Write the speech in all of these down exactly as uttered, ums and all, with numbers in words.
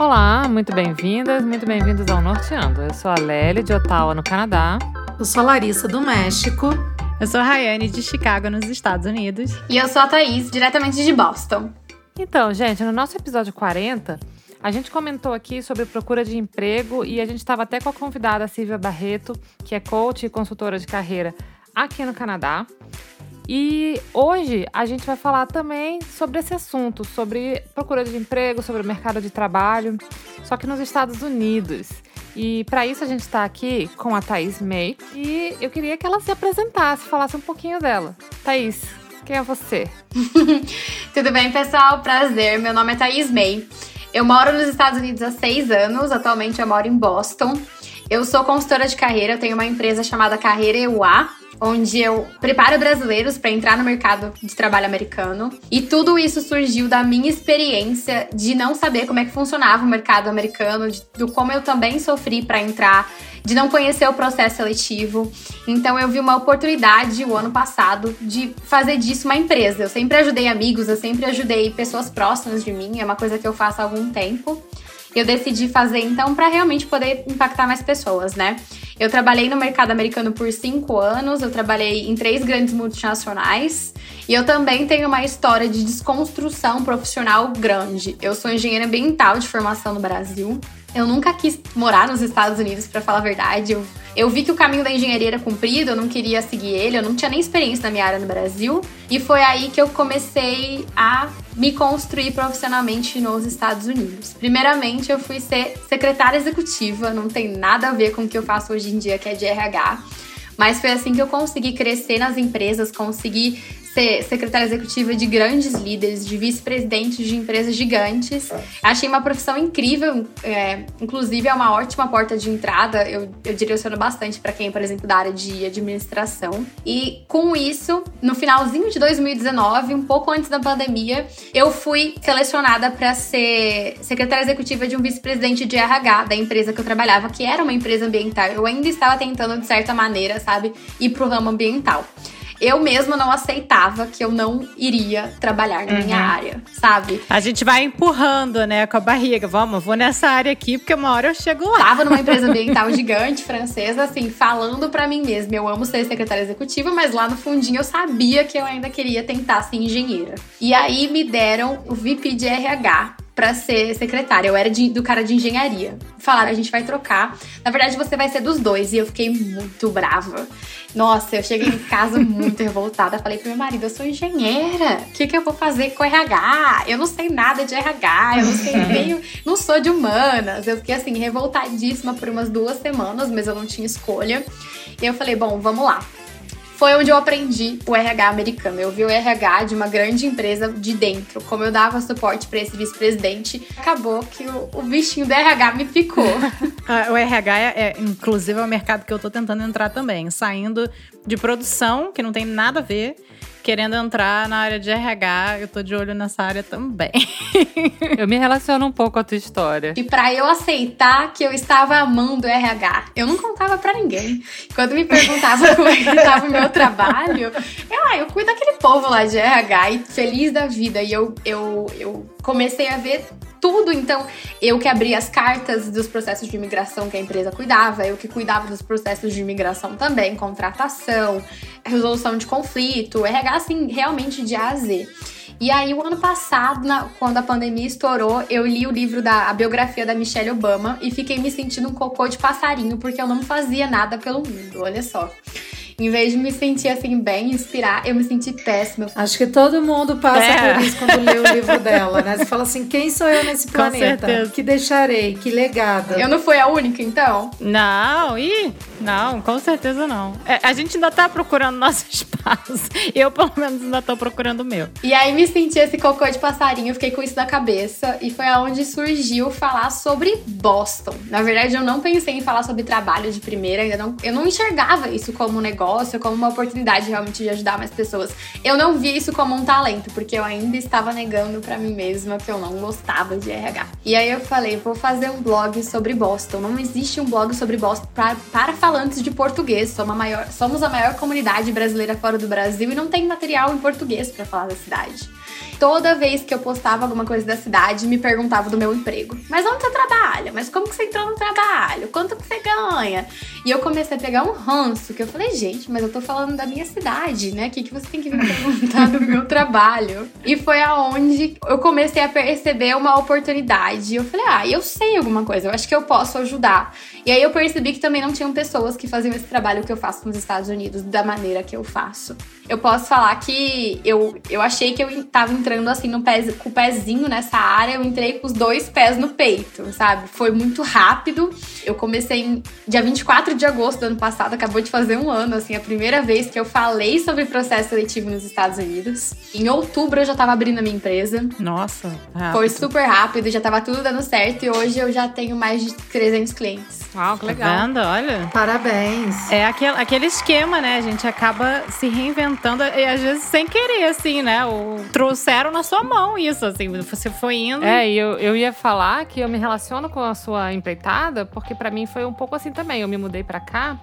Olá, muito bem-vindas, muito bem-vindos ao Norteando. Eu sou a Lélia, de Ottawa, no Canadá. Eu sou a Larissa, do México. Eu sou a Rayane, de Chicago, nos Estados Unidos. E eu sou a Thaís, diretamente de Boston. Então, gente, no nosso episódio quarenta, a gente comentou aqui sobre procura de emprego e a gente estava até com a convidada Silvia Barreto, que é coach e consultora de carreira aqui no Canadá. E hoje a gente vai falar também sobre esse assunto, sobre procura de emprego, sobre o mercado de trabalho, só que nos Estados Unidos. E para isso a gente está aqui com a Thaís May e eu queria que ela se apresentasse, falasse um pouquinho dela. Thaís, quem é você? Tudo bem, pessoal? Prazer, meu nome é Thaís May. Eu moro nos Estados Unidos há seis anos, atualmente eu moro em Boston. Eu sou consultora de carreira, eu tenho uma empresa chamada Carreira E U A, onde eu preparo brasileiros para entrar no mercado de trabalho americano. E tudo isso surgiu da minha experiência de não saber como é que funcionava o mercado americano, de, do como eu também sofri para entrar, de não conhecer o processo seletivo. Então eu vi uma oportunidade o ano passado de fazer disso uma empresa. Eu sempre ajudei amigos, eu sempre ajudei pessoas próximas de mim, é uma coisa que eu faço há algum tempo. Eu decidi fazer, então, para realmente poder impactar mais pessoas, né? Eu trabalhei no mercado americano por cinco anos, eu trabalhei em três grandes multinacionais e eu também tenho uma história de desconstrução profissional grande. Eu sou engenheira ambiental de formação no Brasil. Eu nunca quis morar nos Estados Unidos, para falar a verdade. Eu, eu vi que o caminho da engenharia era comprido, eu não queria seguir ele, eu não tinha nem experiência na minha área no Brasil. E foi aí que eu comecei a me construir profissionalmente nos Estados Unidos. Primeiramente, eu fui ser secretária executiva, não tem nada a ver com o que eu faço hoje em dia, que é de R H. Mas foi assim que eu consegui crescer nas empresas, consegui ser secretária executiva de grandes líderes, de vice-presidentes de empresas gigantes. Achei uma profissão incrível, é, inclusive é uma ótima porta de entrada. Eu, eu direciono bastante para quem, por exemplo, da área de administração. E com isso, no finalzinho de dois mil e dezenove, um pouco antes da pandemia, eu fui selecionada para ser secretária executiva de um vice-presidente de R H da empresa que eu trabalhava, que era uma empresa ambiental. Eu ainda estava tentando, de certa maneira, sabe, ir pro ramo ambiental. Eu mesma não aceitava que eu não iria trabalhar na minha uhum. área, sabe? A gente vai empurrando, né, com a barriga. Vamos, vou nessa área aqui, porque uma hora eu chego lá. Tava numa empresa ambiental gigante, francesa, assim, falando pra mim mesma. Eu amo ser secretária executiva, mas lá no fundinho eu sabia que eu ainda queria tentar ser engenheira. E aí me deram o V P de R H pra ser secretária. Eu era de, do cara de engenharia. Falaram, a gente vai trocar. Na verdade, você vai ser dos dois. E eu fiquei muito brava. Nossa, eu cheguei em casa muito revoltada. Falei pro meu marido, eu sou engenheira. O que, que eu vou fazer com R H? Eu não sei nada de R H. Eu não sei meio... Não sou de humanas. Eu fiquei, assim, revoltadíssima por umas duas semanas. Mas eu não tinha escolha. E eu falei, bom, vamos lá. Foi onde eu aprendi o R H americano. Eu vi o R H de uma grande empresa de dentro. Como eu dava suporte para esse vice-presidente, acabou que o, o bichinho do R H me picou. O R H, é, é, inclusive, é o mercado que eu tô tentando entrar também. Saindo de produção, que não tem nada a ver, querendo entrar na área de R H, eu tô de olho nessa área também. Eu me relaciono um pouco com a tua história. E pra eu aceitar que eu estava amando o R H, eu não contava pra ninguém. Quando me perguntavam como é que tava o meu trabalho, eu, ah, eu cuido daquele povo lá de R H e feliz da vida. E eu, eu, eu comecei a ver tudo, então eu que abria as cartas dos processos de imigração que a empresa cuidava, eu que cuidava dos processos de imigração também, contratação, resolução de conflito, R H assim, realmente de A a Z. E aí, o ano passado, na, quando a pandemia estourou, eu li o livro da a biografia da Michelle Obama e fiquei me sentindo um cocô de passarinho, porque eu não fazia nada pelo mundo, olha só. Em vez de me sentir assim bem, inspirar, eu me senti péssima. Acho que todo mundo passa é. por isso quando lê o livro dela, né? Você fala assim, quem sou eu nesse planeta? Com certeza. Que deixarei? Que legada? Eu não fui a única, então? Não, ih, não, com certeza não. É, a gente ainda tá procurando nosso espaço. Eu, pelo menos, ainda tô procurando o meu. E aí me senti esse cocô de passarinho, fiquei com isso na cabeça. E foi aonde surgiu falar sobre Boston. Na verdade, eu não pensei em falar sobre trabalho de primeira, ainda não, eu não enxergava isso como um negócio. negócio, como uma oportunidade realmente de ajudar mais pessoas. Eu não vi isso como um talento, porque eu ainda estava negando pra mim mesma que eu não gostava de R H. E aí eu falei, vou fazer um blog sobre Boston. Não existe um blog sobre Boston pra, para falantes de português. Somos a, maior, somos a maior comunidade brasileira fora do Brasil e não tem material em português pra falar da cidade. Toda vez que eu postava alguma coisa da cidade, me perguntava do meu emprego. Mas onde você trabalha? Mas como que você entrou no trabalho? Quanto que você ganha? E eu comecei a pegar um ranço, que eu falei, gente, mas eu tô falando da minha cidade, né? O que, que você tem que me perguntar do meu trabalho? E foi aonde eu comecei a perceber uma oportunidade. Eu falei, ah, eu sei alguma coisa, eu acho que eu posso ajudar. E aí eu percebi que também não tinham pessoas que faziam esse trabalho que eu faço nos Estados Unidos, da maneira que eu faço. Eu posso falar que eu, eu achei que eu tava entrando assim no pé, com o pezinho nessa área, eu entrei com os dois pés no peito, sabe? Foi muito rápido. Eu comecei em dia vinte e quatro de agosto do ano passado, acabou de fazer um ano, assim, a primeira vez que eu falei sobre processo seletivo nos Estados Unidos. Em outubro eu já tava abrindo a minha empresa. Nossa, rápido. Foi super rápido, já tava tudo dando certo e hoje eu já tenho mais de trezentos clientes. Uau, que legal. Tá vendo? Olha. Parabéns. É aquele, aquele esquema, né? A gente acaba se reinventando e às vezes sem querer, assim, né? O, trouxeram na sua mão isso, assim. Você foi indo. É, e eu, eu ia falar que eu me relaciono com a sua empreitada, porque pra mim foi um pouco assim também. Eu me mudei pra cá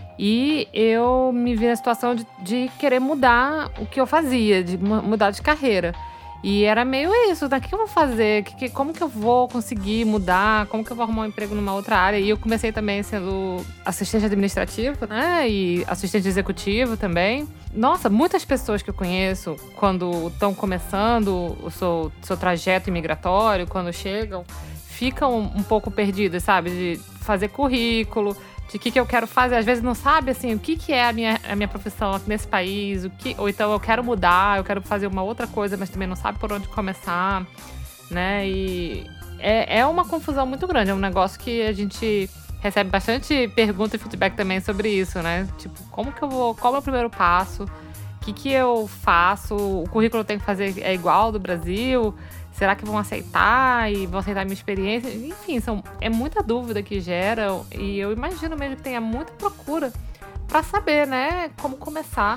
e eu me vi na situação de, de querer mudar o que eu fazia, de mudar de carreira. E era meio isso, né? O que eu vou fazer? Que, que, como que eu vou conseguir mudar? Como que eu vou arrumar um emprego numa outra área? E eu comecei também sendo assistente administrativo, né? E assistente executivo também. Nossa, muitas pessoas que eu conheço, quando estão começando o seu, seu trajeto imigratório, quando chegam, ficam um pouco perdidas, sabe? De fazer currículo, de o que, que eu quero fazer. Às vezes não sabe, assim, o que, que é a minha, a minha profissão aqui nesse país, o que, ou então eu quero mudar, eu quero fazer uma outra coisa, mas também não sabe por onde começar, né? E é, é uma confusão muito grande, é um negócio que a gente recebe bastante pergunta e feedback também sobre isso, né? Tipo, como que eu vou, qual é o primeiro passo? O que, que eu faço? O currículo eu tenho que fazer é igual ao do Brasil? Será que vão aceitar e vão aceitar a minha experiência? Enfim, são, é muita dúvida que gera e eu imagino mesmo que tenha muita procura para saber, né, como começar.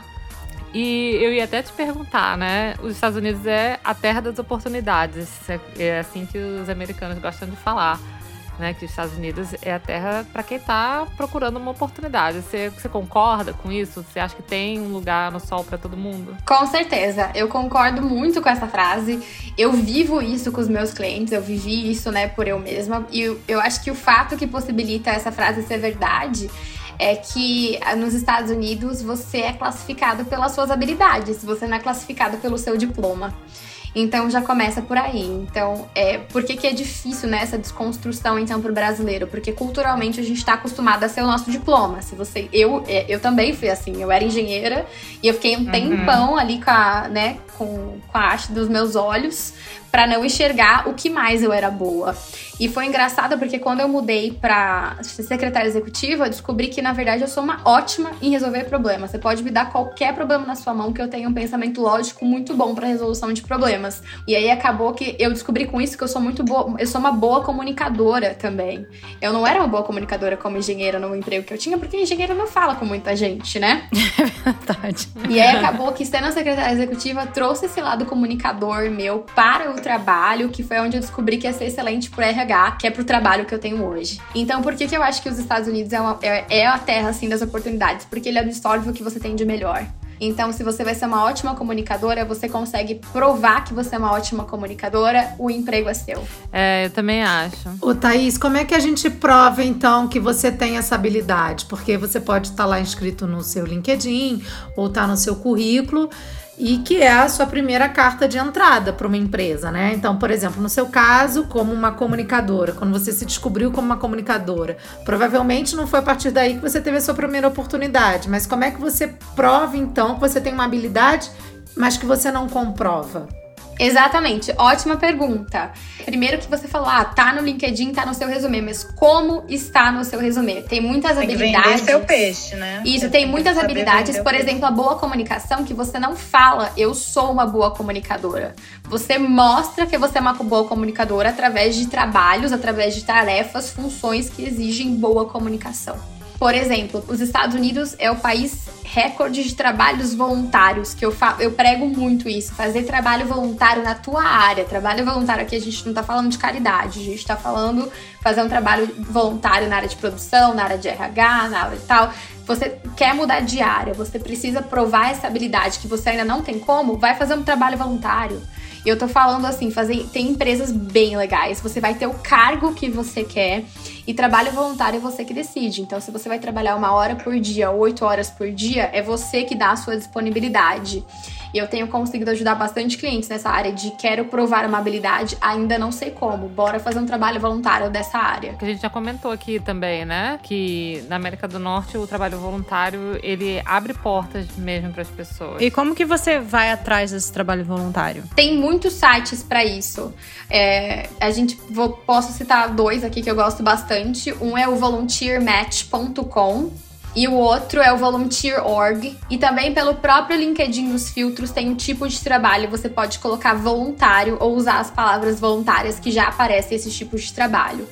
E eu ia até te perguntar, né, os Estados Unidos é a terra das oportunidades, é assim que os americanos gostam de falar, né, que os Estados Unidos é a terra para quem está procurando uma oportunidade. Você, você concorda com isso? Você acha que tem um lugar no sol para todo mundo? Com certeza, eu concordo muito com essa frase. Eu vivo isso com os meus clientes, eu vivi isso, né, por eu mesma. E eu, eu acho que o fato que possibilita essa frase ser verdade é que nos Estados Unidos você é classificado pelas suas habilidades, você não é classificado pelo seu diploma. Então já começa por aí. Então, é, por que, que é difícil, né, essa desconstrução então para o brasileiro? Porque culturalmente a gente está acostumado a ser o nosso diploma. Se você, eu, eu também fui assim, eu era engenheira e eu fiquei um uhum. tempão ali com a, né, com, com a haste dos meus olhos para não enxergar o que mais eu era boa. E foi engraçado porque quando eu mudei para ser secretária executiva, eu descobri que, na verdade, eu sou uma ótima em resolver problemas. Você pode me dar qualquer problema na sua mão que eu tenho um pensamento lógico muito bom para resolução de problemas. E aí acabou que eu descobri com isso que eu sou muito boa, eu sou uma boa comunicadora também. Eu não era uma boa comunicadora como engenheira no emprego que eu tinha, porque engenheira não fala com muita gente, né? É verdade. E aí acabou que, sendo a secretária executiva, trouxe esse lado comunicador meu para o trabalho, que foi onde eu descobri que ia ser excelente pro R H, que é pro trabalho que eu tenho hoje. Então, por que que eu acho que os Estados Unidos é, uma, é, é a terra, assim, das oportunidades? Porque ele absorve o que você tem de melhor. Então, se você vai ser uma ótima comunicadora, você consegue provar que você é uma ótima comunicadora, o emprego é seu. É, eu também acho. Ô, Thaís, como é que a gente prova, então, que você tem essa habilidade? Porque você pode estar lá inscrito no seu LinkedIn ou estar no seu currículo, e que é a sua primeira carta de entrada para uma empresa, né? Então, por exemplo, no seu caso, como uma comunicadora, quando você se descobriu como uma comunicadora, provavelmente não foi a partir daí que você teve a sua primeira oportunidade, mas como é que você prova, então, que você tem uma habilidade, mas que você não comprova? Exatamente, ótima pergunta. Primeiro que você falou, ah, tá no LinkedIn, tá no seu resumê, mas como está no seu resumê? Tem muitas tem habilidades. Tem que vender seu peixe, né? Isso, você tem, tem muitas habilidades, por exemplo, a boa comunicação, que você não fala, eu sou uma boa comunicadora. Você mostra que você é uma boa comunicadora através de trabalhos, através de tarefas, funções que exigem boa comunicação. Por exemplo, os Estados Unidos é o país recorde de trabalhos voluntários, que eu, fa- eu prego muito isso, fazer trabalho voluntário na tua área. Trabalho voluntário aqui a gente não tá falando de caridade, a gente tá falando fazer um trabalho voluntário na área de produção, na área de R H, na área de tal. Você quer mudar de área, você precisa provar essa habilidade que você ainda não tem como, vai fazer um trabalho voluntário. E eu tô falando assim, fazer, tem empresas bem legais, você vai ter o cargo que você quer e trabalho voluntário é você que decide. Então, se você vai trabalhar uma hora por dia, oito horas por dia, é você que dá a sua disponibilidade. E eu tenho conseguido ajudar bastante clientes nessa área de quero provar uma habilidade, ainda não sei como, bora fazer um trabalho voluntário dessa área. Que a gente já comentou aqui também, né? Que na América do Norte o trabalho voluntário, ele abre portas mesmo para as pessoas. E como que você vai atrás desse trabalho voluntário? Tem muitos sites para isso. É, a gente vou, posso citar dois aqui que eu gosto bastante. Um é o volunteer match ponto com. E o outro é o volunteer ponto org. E também pelo próprio LinkedIn, nos filtros, tem um tipo de trabalho. Você pode colocar voluntário ou usar as palavras voluntárias que já aparecem esses tipos de trabalho.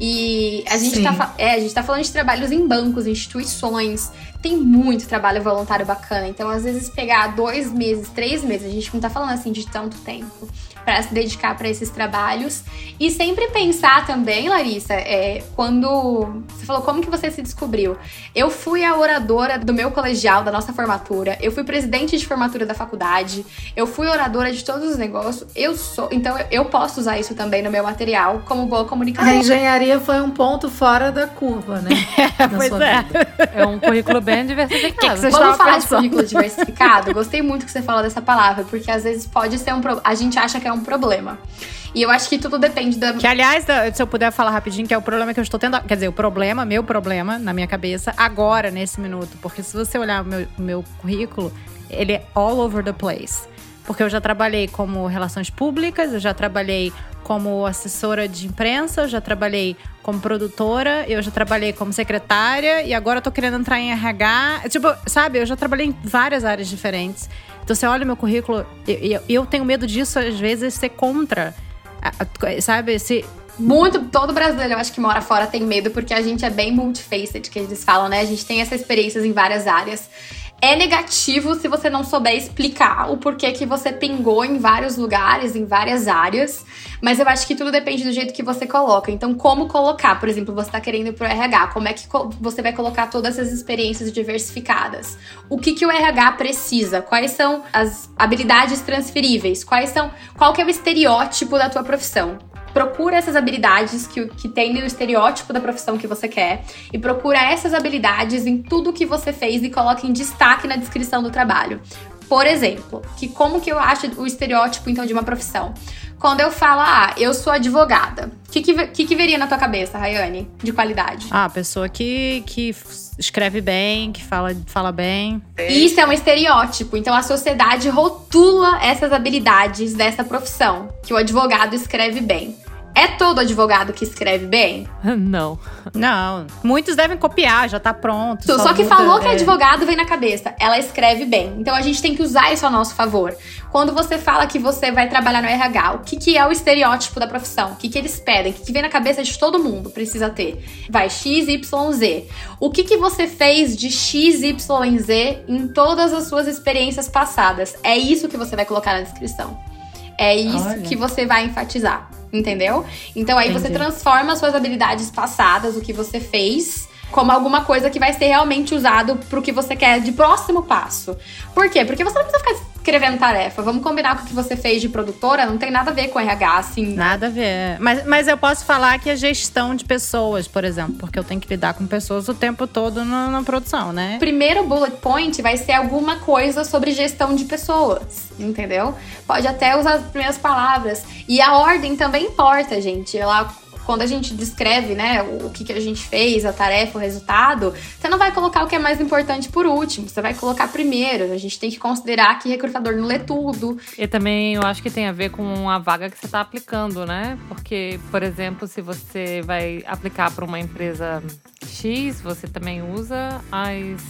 E a gente, tá, é, a gente tá falando de trabalhos em bancos, instituições. Tem muito trabalho voluntário bacana. Então, às vezes, pegar dois meses, três meses, a gente não tá falando assim de tanto tempo, para se dedicar para esses trabalhos. E sempre pensar também, Larissa, é, quando você falou como que você se descobriu. Eu fui a oradora do meu colegial, da nossa formatura. Eu fui presidente de formatura da faculdade. Eu fui oradora de todos os negócios. Eu sou, então eu posso usar isso também no meu material como boa comunicação. A engenharia foi um ponto fora da curva, né? É, pois é. É um currículo bem diversificado. Que que você Vamos falar pensando? de currículo diversificado? Gostei muito que você falou dessa palavra, porque às vezes pode ser um problema. A gente acha que é um problema. E eu acho que tudo depende da... Que, aliás, da- se eu puder falar rapidinho, que é o problema que eu estou tendo... Quer dizer, o problema, meu problema, na minha cabeça, agora, nesse minuto. Porque se você olhar o meu, o meu currículo, ele é all over the place. Porque eu já trabalhei como relações públicas, eu já trabalhei como assessora de imprensa, eu já trabalhei como produtora, eu já trabalhei como secretária e agora eu tô querendo entrar em R H. Tipo, sabe, eu já trabalhei em várias áreas diferentes. Então, você olha o meu currículo, e eu, eu tenho medo disso, às vezes, ser contra, a- a- sabe? Se, Muito, todo brasileiro, eu acho que mora fora, tem medo, porque a gente é bem multifaceted, que eles falam, né? A gente tem essas experiências em várias áreas. É negativo se você não souber explicar o porquê que você pingou em vários lugares, em várias áreas. Mas eu acho que tudo depende do jeito que você coloca. Então, como colocar? Por exemplo, você tá querendo ir pro R H. Como é que co- você vai colocar todas essas experiências diversificadas? O que que o R H precisa? Quais são as habilidades transferíveis? Quais são, qual que é o estereótipo da tua profissão? Procura essas habilidades que, que tem no estereótipo da profissão que você quer e procura essas habilidades em tudo que você fez e coloca em destaque na descrição do trabalho. Por exemplo, que como que eu acho o estereótipo, então, de uma profissão? Quando eu falo, ah, eu sou advogada, o que que, que que veria na tua cabeça, Rayane, de qualidade? ah, a pessoa que, que escreve bem, que fala, fala bem. Isso é um estereótipo. Então, a sociedade rotula essas habilidades dessa profissão, que o advogado escreve bem. É todo advogado que escreve bem? Não. Não, muitos devem copiar, já tá pronto. Só, só que muda, falou que é. advogado vem na cabeça. Ela escreve bem. Então a gente tem que usar isso a nosso favor. Quando você fala que você vai trabalhar no R H, o que, que é o estereótipo da profissão? O que, que eles pedem? O que, que vem na cabeça de todo mundo? Precisa ter. Vai X, Y, Z. O que, que você fez de X, Y e Z em todas as suas experiências passadas? É isso que você vai colocar na descrição. É isso Olha. que você vai enfatizar. Entendeu? Então aí você Entendi. transforma as suas habilidades passadas, o que você fez, como alguma coisa que vai ser realmente usado pro que você quer de próximo passo. Por quê? Porque você não precisa ficar escrevendo tarefa. Vamos combinar com o que você fez de produtora, não tem nada a ver com R H, assim. Nada a ver. Mas, mas eu posso falar que é gestão de pessoas, por exemplo. Porque eu tenho que lidar com pessoas o tempo todo na, na produção, né? O primeiro bullet point vai ser alguma coisa sobre gestão de pessoas, entendeu? Pode até usar as primeiras palavras. E a ordem também importa, gente. Ela... Quando a gente descreve, né, o que, que a gente fez, a tarefa, o resultado, você não vai colocar o que é mais importante por último, você vai colocar primeiro. A gente tem que considerar que recrutador não lê tudo. E também eu acho que tem a ver com a vaga que você está aplicando, né? Porque, por exemplo, se você vai aplicar para uma empresa X, você também usa as,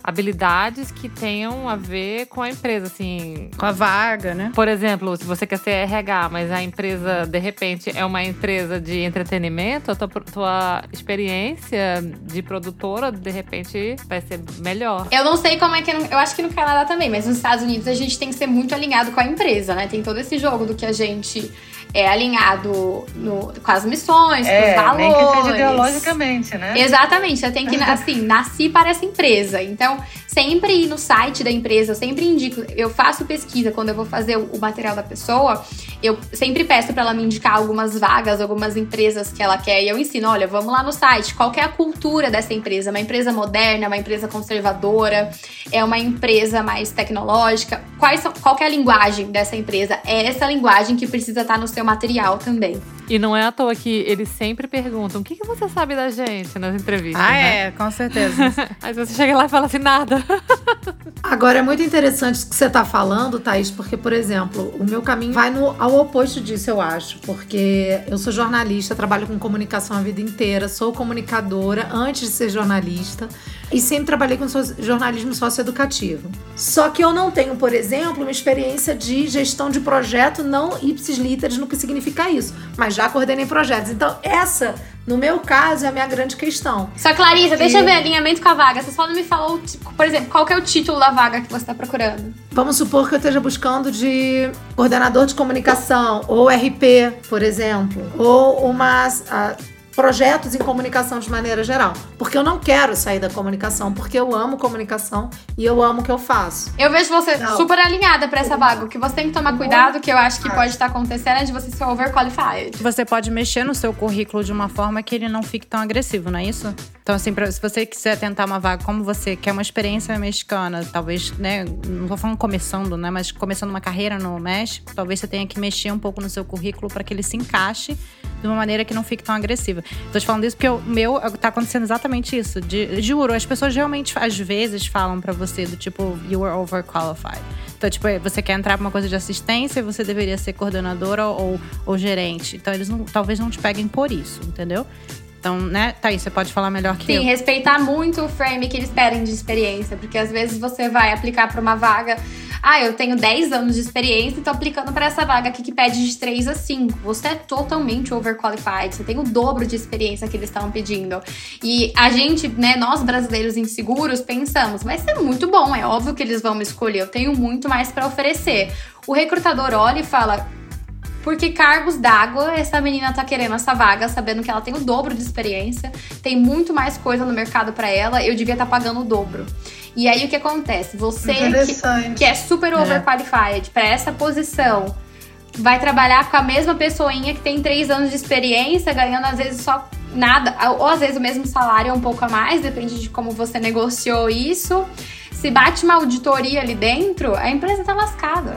habilidades que tenham a ver com a empresa, assim. Com a vaga, né? Por exemplo, se você quer ser R H, mas a empresa, de repente, é uma empresa de entretenimento, a tua, tua experiência de produtora, de repente, vai ser melhor. Eu não sei como é que… Eu acho que no Canadá também, mas nos Estados Unidos a gente tem que ser muito alinhado com a empresa, né? Tem todo esse jogo do que a gente é alinhado no, com as missões, é, com os valores. Nem que seja ideologicamente, né? Exatamente. Você tem que, assim, nasci para essa empresa. Então, sempre ir no site da empresa, eu sempre indico, eu faço pesquisa quando eu vou fazer o, o material da pessoa, eu sempre peço para ela me indicar algumas vagas, algumas empresas que ela quer, e eu ensino, olha, vamos lá no site, qual que é a cultura dessa empresa? Uma empresa moderna, uma empresa conservadora, é uma empresa mais tecnológica? Quais são, qual que é a linguagem dessa empresa? É essa linguagem que precisa estar no seu material também. E não é à toa que eles sempre perguntam, o que, que você sabe da gente nas entrevistas, Ah, né? é, com certeza. Aí você chega lá e fala assim, nada. Agora, é muito interessante o que você está falando, Thaís, porque, por exemplo, o meu caminho vai no, ao oposto disso, eu acho. Porque eu sou jornalista, trabalho com comunicação a vida inteira, sou comunicadora antes de ser jornalista e sempre trabalhei com so- jornalismo socioeducativo. Só que eu não tenho, por exemplo, uma experiência de gestão de projeto, não ipsis literis no que significa isso, mas já coordenei projetos. Então, essa, no meu caso, é a minha grande questão. Só, Clarissa, Porque... deixa eu ver alinhamento com a vaga. Você só não me falou, por exemplo, qual que é o título da vaga que você está procurando? Vamos supor que eu esteja buscando de coordenador de comunicação, ou R P, por exemplo, ou umas... Uh, projetos em comunicação de maneira geral. Porque eu não quero sair da comunicação, porque eu amo comunicação e eu amo o que eu faço. Eu vejo você não. super alinhada pra essa vaga. O que você tem que tomar cuidado, que eu acho que pode estar acontecendo, é de você ser overqualified. Você pode mexer no seu currículo de uma forma que ele não fique tão agressivo, não é isso? Então, assim, pra, se você quiser tentar uma vaga como você quer uma experiência mexicana, talvez, né, não tô falando começando, né, mas começando uma carreira no México, talvez você tenha que mexer um pouco no seu currículo para que ele se encaixe de uma maneira que não fique tão agressiva. Tô te falando isso porque o meu tá acontecendo exatamente isso. De, juro, as pessoas realmente, às vezes, falam pra você do tipo, you are overqualified. Então, tipo, você quer entrar pra uma coisa de assistência, você deveria ser coordenadora ou, ou gerente. Então, eles não, talvez não te peguem por isso, entendeu? Então, né, Thaís, você pode falar melhor que Sim, eu. Sim, respeitar muito o frame que eles pedem de experiência. Porque às vezes você vai aplicar pra uma vaga… Ah, eu tenho dez anos de experiência e tô aplicando pra essa vaga aqui que pede de três a cinco. Você é totalmente overqualified. Você tem o dobro de experiência que eles estão pedindo. E a gente, né, nós brasileiros inseguros, pensamos, vai ser muito bom, é óbvio que eles vão me escolher. Eu tenho muito mais pra oferecer. O recrutador olha e fala… Por que cargos d'água essa menina tá querendo essa vaga, sabendo que ela tem o dobro de experiência, tem muito mais coisa no mercado pra ela, eu devia estar tá pagando o dobro. E aí o que acontece? Você que, que é super overqualified pra essa posição, vai trabalhar com a mesma pessoinha que tem três anos de experiência, ganhando às vezes só nada, ou às vezes o mesmo salário um pouco a mais, depende de como você negociou isso. Se bate uma auditoria ali dentro, a empresa tá lascada.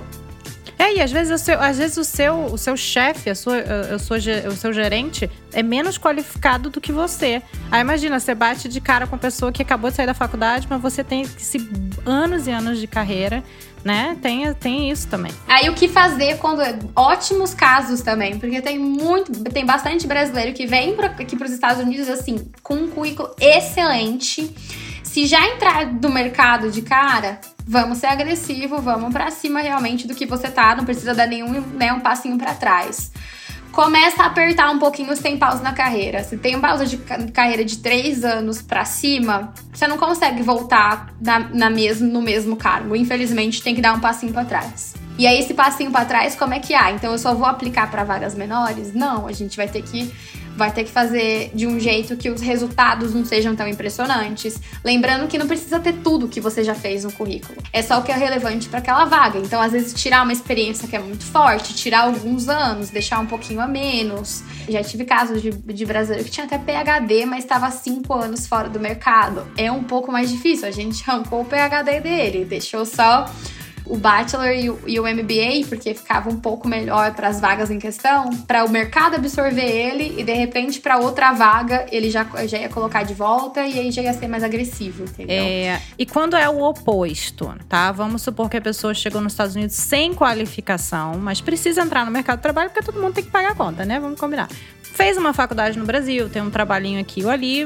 É, e às vezes o seu, às vezes o seu, o seu chefe, a sua, a sua, o seu gerente é menos qualificado do que você. Aí imagina, você bate de cara com uma pessoa que acabou de sair da faculdade, mas você tem esse anos e anos de carreira, né? Tem, tem isso também. Aí o que fazer quando… Ótimos casos também, porque tem muito… Tem bastante brasileiro que vem pra, aqui para os Estados Unidos, assim, com um currículo excelente. Se já entrar do mercado de cara… Vamos ser agressivo, vamos pra cima realmente do que você tá, não precisa dar nenhum, né, um passinho pra trás. Começa a apertar um pouquinho os tem pausa na carreira. Se tem uma pausa de carreira de três anos pra cima, você não consegue voltar na, na mesmo, no mesmo cargo. Infelizmente, tem que dar um passinho pra trás. E aí, esse passinho pra trás, como é que há? Então, eu só vou aplicar pra vagas menores? Não, a gente vai ter que… Vai ter que fazer de um jeito que os resultados não sejam tão impressionantes. Lembrando que não precisa ter tudo que você já fez no currículo. É só o que é relevante para aquela vaga. Então, às vezes, tirar uma experiência que é muito forte, tirar alguns anos, deixar um pouquinho a menos. Já tive casos de, de brasileiro que tinha até P H D, mas estava cinco anos fora do mercado. É um pouco mais difícil. A gente arrancou o P H D dele, deixou só o Bachelor e o, e o M B A, porque ficava um pouco melhor para as vagas em questão, para o mercado absorver ele e de repente para outra vaga ele já, já ia colocar de volta e aí já ia ser mais agressivo, entendeu? É, e quando é o oposto, tá? Vamos supor que a pessoa chegou nos Estados Unidos sem qualificação, mas precisa entrar no mercado de trabalho porque todo mundo tem que pagar a conta, né? Vamos combinar. Fez uma faculdade no Brasil, tem um trabalhinho aqui ou ali,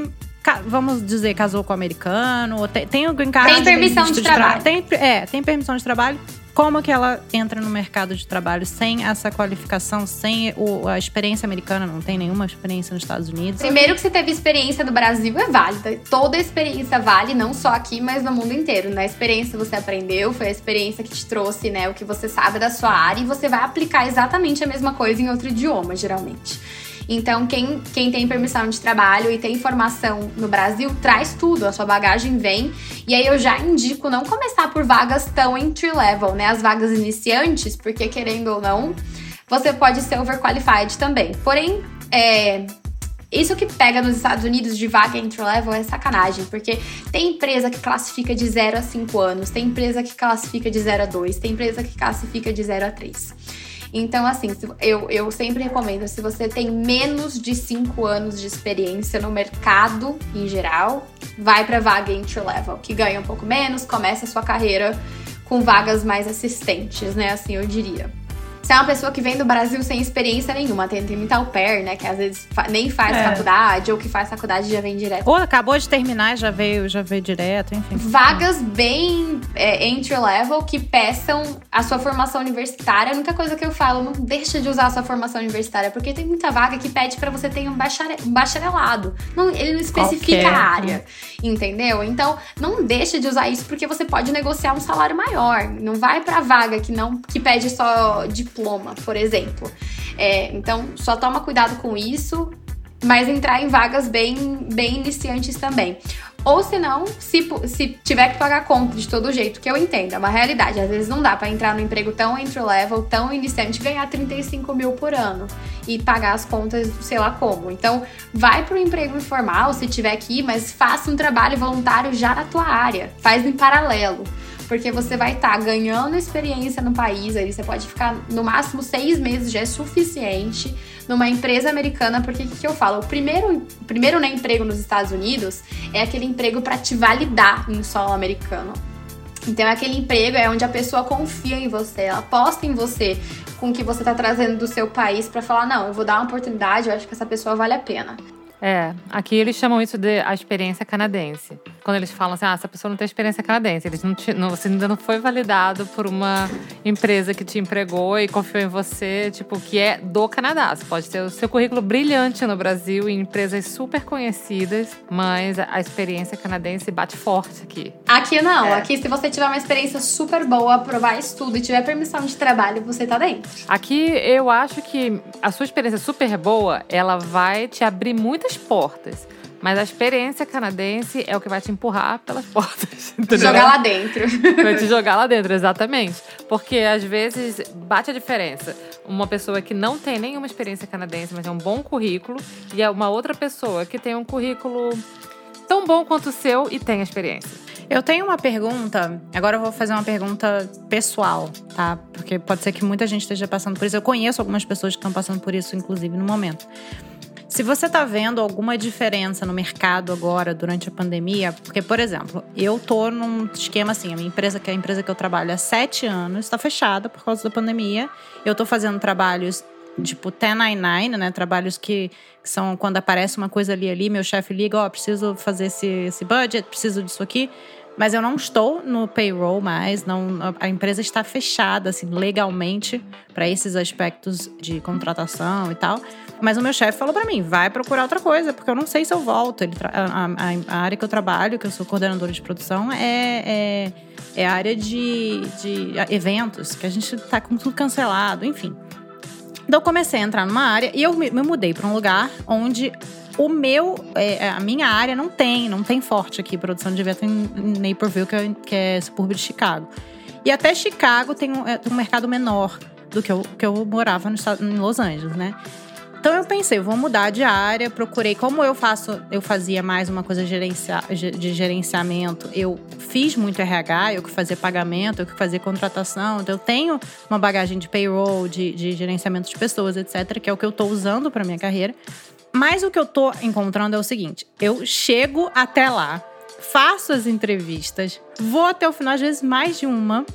vamos dizer, casou com o americano, ou tem, tem o green card. Tem permissão de, de trabalho. Tra tem, é, tem permissão de trabalho. Como que ela entra no mercado de trabalho sem essa qualificação, sem o, a experiência americana? Não tem nenhuma experiência nos Estados Unidos? Primeiro que você teve experiência no Brasil é válida. Toda experiência vale, não só aqui, mas no mundo inteiro. Na experiência você aprendeu, foi a experiência que te trouxe, né, o que você sabe da sua área. E você vai aplicar exatamente a mesma coisa em outro idioma, geralmente. Então, quem, quem tem permissão de trabalho e tem formação no Brasil, traz tudo, a sua bagagem vem. E aí eu já indico não começar por vagas tão entry level, né? As vagas iniciantes, porque querendo ou não, você pode ser overqualified também. Porém, é... isso que pega nos Estados Unidos de vaga entry level é sacanagem, porque tem empresa que classifica de zero a cinco anos, tem empresa que classifica de zero a dois, tem empresa que classifica de zero a três. Então, assim, eu, eu sempre recomendo, se você tem menos de cinco anos de experiência no mercado, em geral, vai para vaga entry level, que ganha um pouco menos, começa a sua carreira com vagas mais assistentes, né? Assim, eu diria. Se é uma pessoa que vem do Brasil sem experiência nenhuma, tem, tem muita au pair, né? Que às vezes fa nem faz é. faculdade, ou que faz faculdade e já vem direto. Ou acabou de terminar e já veio, já veio direto, enfim. Vagas bem é, entry level que peçam a sua formação universitária. A única coisa que eu falo, não deixa de usar a sua formação universitária, porque tem muita vaga que pede pra você ter um, bachare um bacharelado. Não, ele não especifica Qualquer. a área, entendeu? Então, não deixa de usar isso, porque você pode negociar um salário maior. Não vai pra vaga que, não, que pede só diploma. diploma, por exemplo. É, então, só toma cuidado com isso, mas entrar em vagas bem, bem iniciantes também. Ou se não, se, se tiver que pagar conta de todo jeito, que eu entendo, é uma realidade. Às vezes não dá pra entrar num emprego tão entry level, tão iniciante, ganhar trinta e cinco mil por ano e pagar as contas, sei lá como. Então, vai pro emprego informal, se tiver aqui, mas faça um trabalho voluntário já na tua área. Faz em paralelo. Porque você vai estar tá ganhando experiência no país, aí você pode ficar no máximo seis meses, já é suficiente, numa empresa americana, porque o que, que eu falo? O primeiro, o primeiro né, emprego nos Estados Unidos é aquele emprego para te validar em solo americano. Então, aquele emprego é onde a pessoa confia em você, ela aposta em você, com o que você tá trazendo do seu país, para falar, não, eu vou dar uma oportunidade, eu acho que essa pessoa vale a pena. É, aqui eles chamam isso de a experiência canadense. Quando eles falam assim, ah, essa pessoa não tem experiência canadense. Eles não te, não, você ainda não foi validado por uma empresa que te empregou e confiou em você, tipo, que é do Canadá. Você pode ter o seu currículo brilhante no Brasil em empresas super conhecidas, mas a experiência canadense bate forte aqui. Aqui não. É. Aqui, se você tiver uma experiência super boa, aprovar estudo e tiver permissão de trabalho, você tá dentro. Aqui, eu acho que a sua experiência super boa, ela vai te abrir muitas portas. Mas a experiência canadense é o que vai te empurrar pelas portas. Entendeu? Jogar lá dentro. Vai te jogar lá dentro, exatamente. Porque, às vezes, bate a diferença. Uma pessoa que não tem nenhuma experiência canadense, mas tem um bom currículo, e é uma outra pessoa que tem um currículo tão bom quanto o seu e tem experiência. Eu tenho uma pergunta, agora eu vou fazer uma pergunta pessoal, tá? Porque pode ser que muita gente esteja passando por isso. Eu conheço algumas pessoas que estão passando por isso, inclusive, no momento. Se você tá vendo alguma diferença no mercado agora, durante a pandemia, porque, por exemplo, eu tô num esquema assim, a minha empresa, que é a empresa que eu trabalho há sete anos, está fechada por causa da pandemia. Eu tô fazendo trabalhos tipo ten ninety-nine, né? Trabalhos que, que são quando aparece uma coisa ali, ali, meu chefe liga, ó, oh, preciso fazer esse, esse budget, preciso disso aqui. Mas eu não estou no payroll mais, não, a empresa está fechada, assim, legalmente para esses aspectos de contratação e tal. Mas o meu chefe falou para mim, vai procurar outra coisa, porque eu não sei se eu volto. Ele a, a, a área que eu trabalho, que eu sou coordenadora de produção, é, é, é a área de, de eventos, que a gente tá com tudo cancelado, enfim. Então eu comecei a entrar numa área e eu me, me mudei para um lugar onde o meu, é, a minha área não tem, não tem forte aqui, produção de evento em, em Naperville, que é, que é subúrbio de Chicago. E até Chicago tem um, é, tem um mercado menor do que eu, que eu morava no, em Los Angeles, né? Então eu pensei, vou mudar de área, procurei, como eu faço, eu fazia mais uma coisa gerencia, de gerenciamento, eu fiz muito R H, eu que fazia pagamento, eu que fazia contratação, então eu tenho uma bagagem de payroll, de, de gerenciamento de pessoas, etcétera, que é o que eu tô usando para minha carreira. Mas o que eu tô encontrando é o seguinte, eu chego até lá, faço as entrevistas, vou até o final, às vezes mais de uma,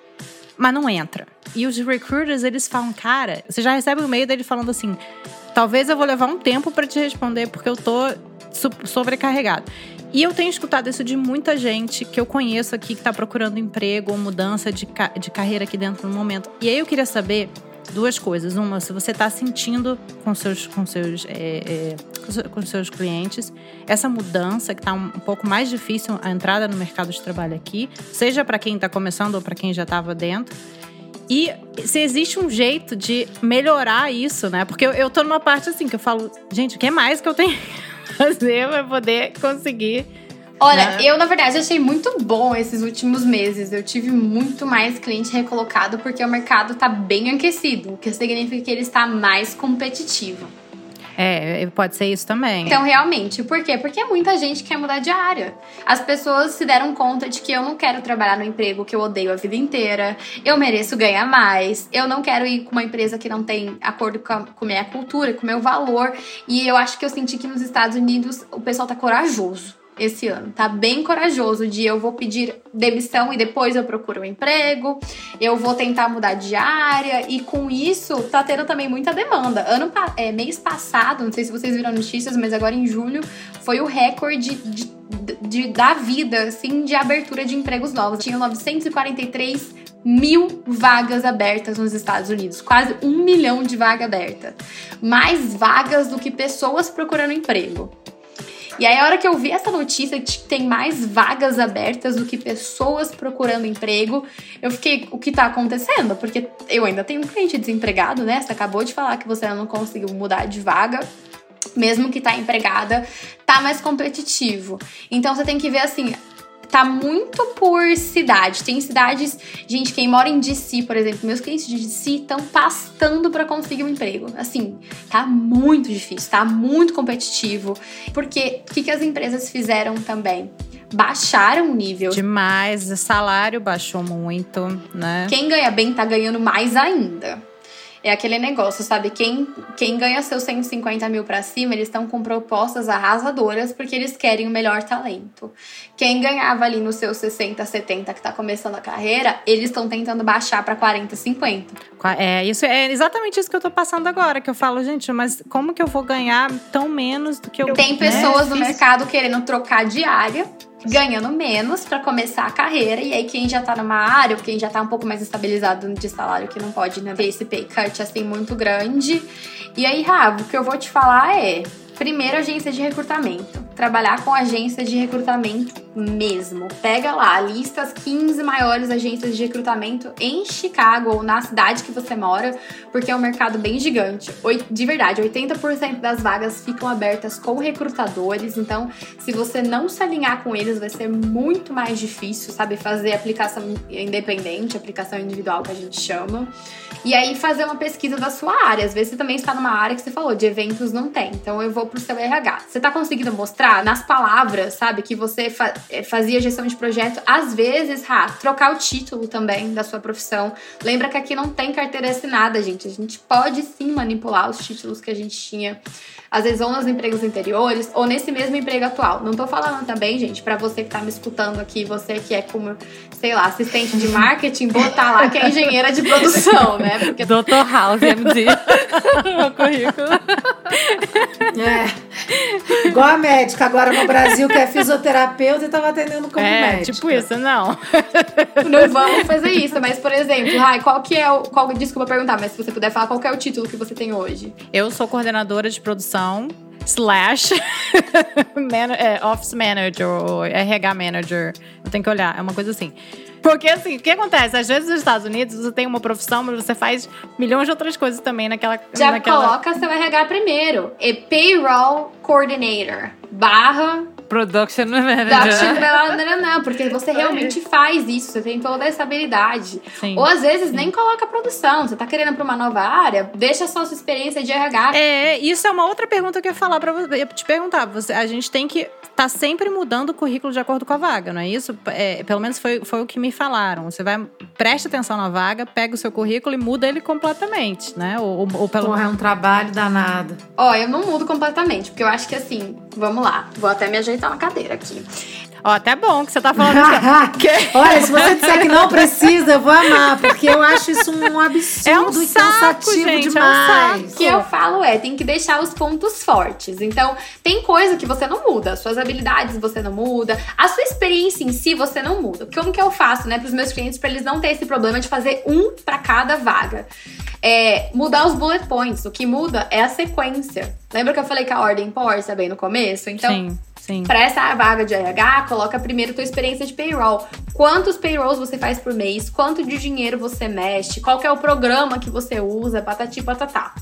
mas não entra. E os recruiters, eles falam, cara, você já recebe o e-mail dele falando assim, talvez eu vou levar um tempo pra te responder, porque eu tô sobrecarregado. E eu tenho escutado isso de muita gente que eu conheço aqui que está procurando emprego ou mudança de, ca- de carreira aqui dentro no momento. E aí eu queria saber duas coisas. Uma, se você está sentindo com seus, com, seus, é, é, com seus clientes essa mudança que está um, um pouco mais difícil a entrada no mercado de trabalho aqui, seja para quem está começando ou para quem já estava dentro. E se existe um jeito de melhorar isso, né? Porque eu, eu tô numa parte assim que eu falo, gente, o que mais que eu tenho que fazer para poder conseguir? Olha, né? eu na verdade achei muito bom esses últimos meses. Eu tive muito mais cliente recolocado porque o mercado tá bem aquecido, o que significa que ele está mais competitivo. É, pode ser isso também. Então, realmente, por quê? Porque muita gente quer mudar de área. As pessoas se deram conta de que eu não quero trabalhar no emprego que eu odeio a vida inteira, eu mereço ganhar mais, eu não quero ir com uma empresa que não tem acordo com a com minha cultura, com o meu valor. E eu acho que eu senti que nos Estados Unidos o pessoal tá corajoso esse ano, tá bem corajoso de eu vou pedir demissão e depois eu procuro um emprego, eu vou tentar mudar de área, e com isso tá tendo também muita demanda. Ano, é, mês passado, não sei se vocês viram notícias, mas agora em julho foi o recorde de, de, de, da vida, assim, de abertura de empregos novos. Tinha novecentos e quarenta e três mil vagas abertas nos Estados Unidos, quase um milhão de vagas abertas, mais vagas do que pessoas procurando emprego. E aí, a hora que eu vi essa notícia que tem mais vagas abertas do que pessoas procurando emprego, eu fiquei, o que tá acontecendo? Porque eu ainda tenho um cliente desempregado, né? Você acabou de falar que você não conseguiu mudar de vaga. Mesmo que tá empregada, tá mais competitivo. Então, você tem que ver assim... Tá muito por cidade. Tem cidades... Gente, quem mora em D C, por exemplo, meus clientes de D C estão pastando pra conseguir um emprego. Assim, tá muito difícil, tá muito competitivo. Porque o que, que as empresas fizeram também? Baixaram o nível. Demais. O salário baixou muito, né? Quem ganha bem tá ganhando mais ainda. É aquele negócio, sabe? Quem, quem ganha seus cento e cinquenta mil pra cima, eles estão com propostas arrasadoras porque eles querem o melhor talento. Quem ganhava ali nos seus sessenta, setenta, que tá começando a carreira, eles estão tentando baixar pra quarenta, cinquenta. É, isso, é exatamente isso que eu tô passando agora, que eu falo, gente, mas como que eu vou ganhar tão menos do que eu... Tem pessoas né? no mercado querendo trocar de área, ganhando menos pra começar a carreira, e aí quem já tá numa área, ou quem já tá um pouco mais estabilizado de salário, que não pode, né, ter esse pay cut assim muito grande. E aí, Rav, o que eu vou te falar é, primeiro, agência de recrutamento. Trabalhar com agência de recrutamento mesmo. Pega lá, lista as quinze maiores agências de recrutamento em Chicago ou na cidade que você mora, porque é um mercado bem gigante. De verdade, oitenta por cento das vagas ficam abertas com recrutadores, então se você não se alinhar com eles, vai ser muito mais difícil, sabe, fazer aplicação independente, aplicação individual que a gente chama. E aí fazer uma pesquisa da sua área. Às vezes você também está numa área que você falou, de eventos não tem. Então eu vou pro seu R H. Você tá conseguindo mostrar nas palavras, sabe, que você fa- fazia gestão de projeto? Às vezes, ah, trocar o título também da sua profissão. Lembra que aqui não tem carteira assinada, gente. A gente pode sim manipular os títulos que a gente tinha, às vezes ou nos empregos anteriores ou nesse mesmo emprego atual. Não tô falando também, gente, pra você que tá me escutando aqui, você que é como, sei lá, assistente de marketing, botar lá que é engenheira de produção, né? Porque... doutor House, M D. Meu currículo. É. Igual a médica agora no Brasil, que é fisioterapeuta e tava atendendo como é, médica. tipo isso, não. Não vamos fazer isso, mas, por exemplo, ai, qual que é o... Qual, desculpa perguntar, mas se você puder falar, qual que é o título que você tem hoje? Eu sou coordenadora de produção slash man, é, office manager ou R H manager. Eu tenho que olhar, é uma coisa assim. Porque, assim, o que acontece? Às vezes nos Estados Unidos você tem uma profissão, mas você faz milhões de outras coisas também naquela... Já naquela... coloca seu R H primeiro. É Payroll Coordinator barra... Production Manager. Production Manager, não, porque você realmente faz isso, você tem toda essa habilidade. Sim, ou às vezes sim. nem coloca produção, você tá querendo pra uma nova área, deixa só sua experiência de R H. É, isso é uma outra pergunta que eu ia falar pra você, eu ia te perguntar. Você, a gente tem que tá sempre mudando o currículo de acordo com a vaga, não é isso? É, pelo menos foi, foi o que me falaram. Você vai, preste atenção na vaga, pega o seu currículo e muda ele completamente, né? Ou, ou, ou pelo Porra, é um trabalho danado. Ó, eu não mudo completamente, porque eu acho que assim, vamos lá, vou até me ajeitar na cadeira aqui. Ó, até bom que você tá falando isso. Olha, se você disser que não precisa, eu vou amar, porque eu acho isso um absurdo é um e saco, cansativo gente, demais. É um O que eu falo é, tem que deixar os pontos fortes. Então, tem coisa que você não muda, suas habilidades você não muda, a sua experiência em si você não muda. Como que eu faço, né, pros meus clientes, pra eles não terem esse problema de fazer um pra cada vaga? É, mudar os bullet points. O que muda é a sequência. Lembra que eu falei que a ordem importa bem no começo? Então, sim, sim. Para essa vaga de R H, coloca primeiro tua experiência de payroll. Quantos payrolls você faz por mês? Quanto de dinheiro você mexe? Qual que é o programa que você usa? Patati patatá.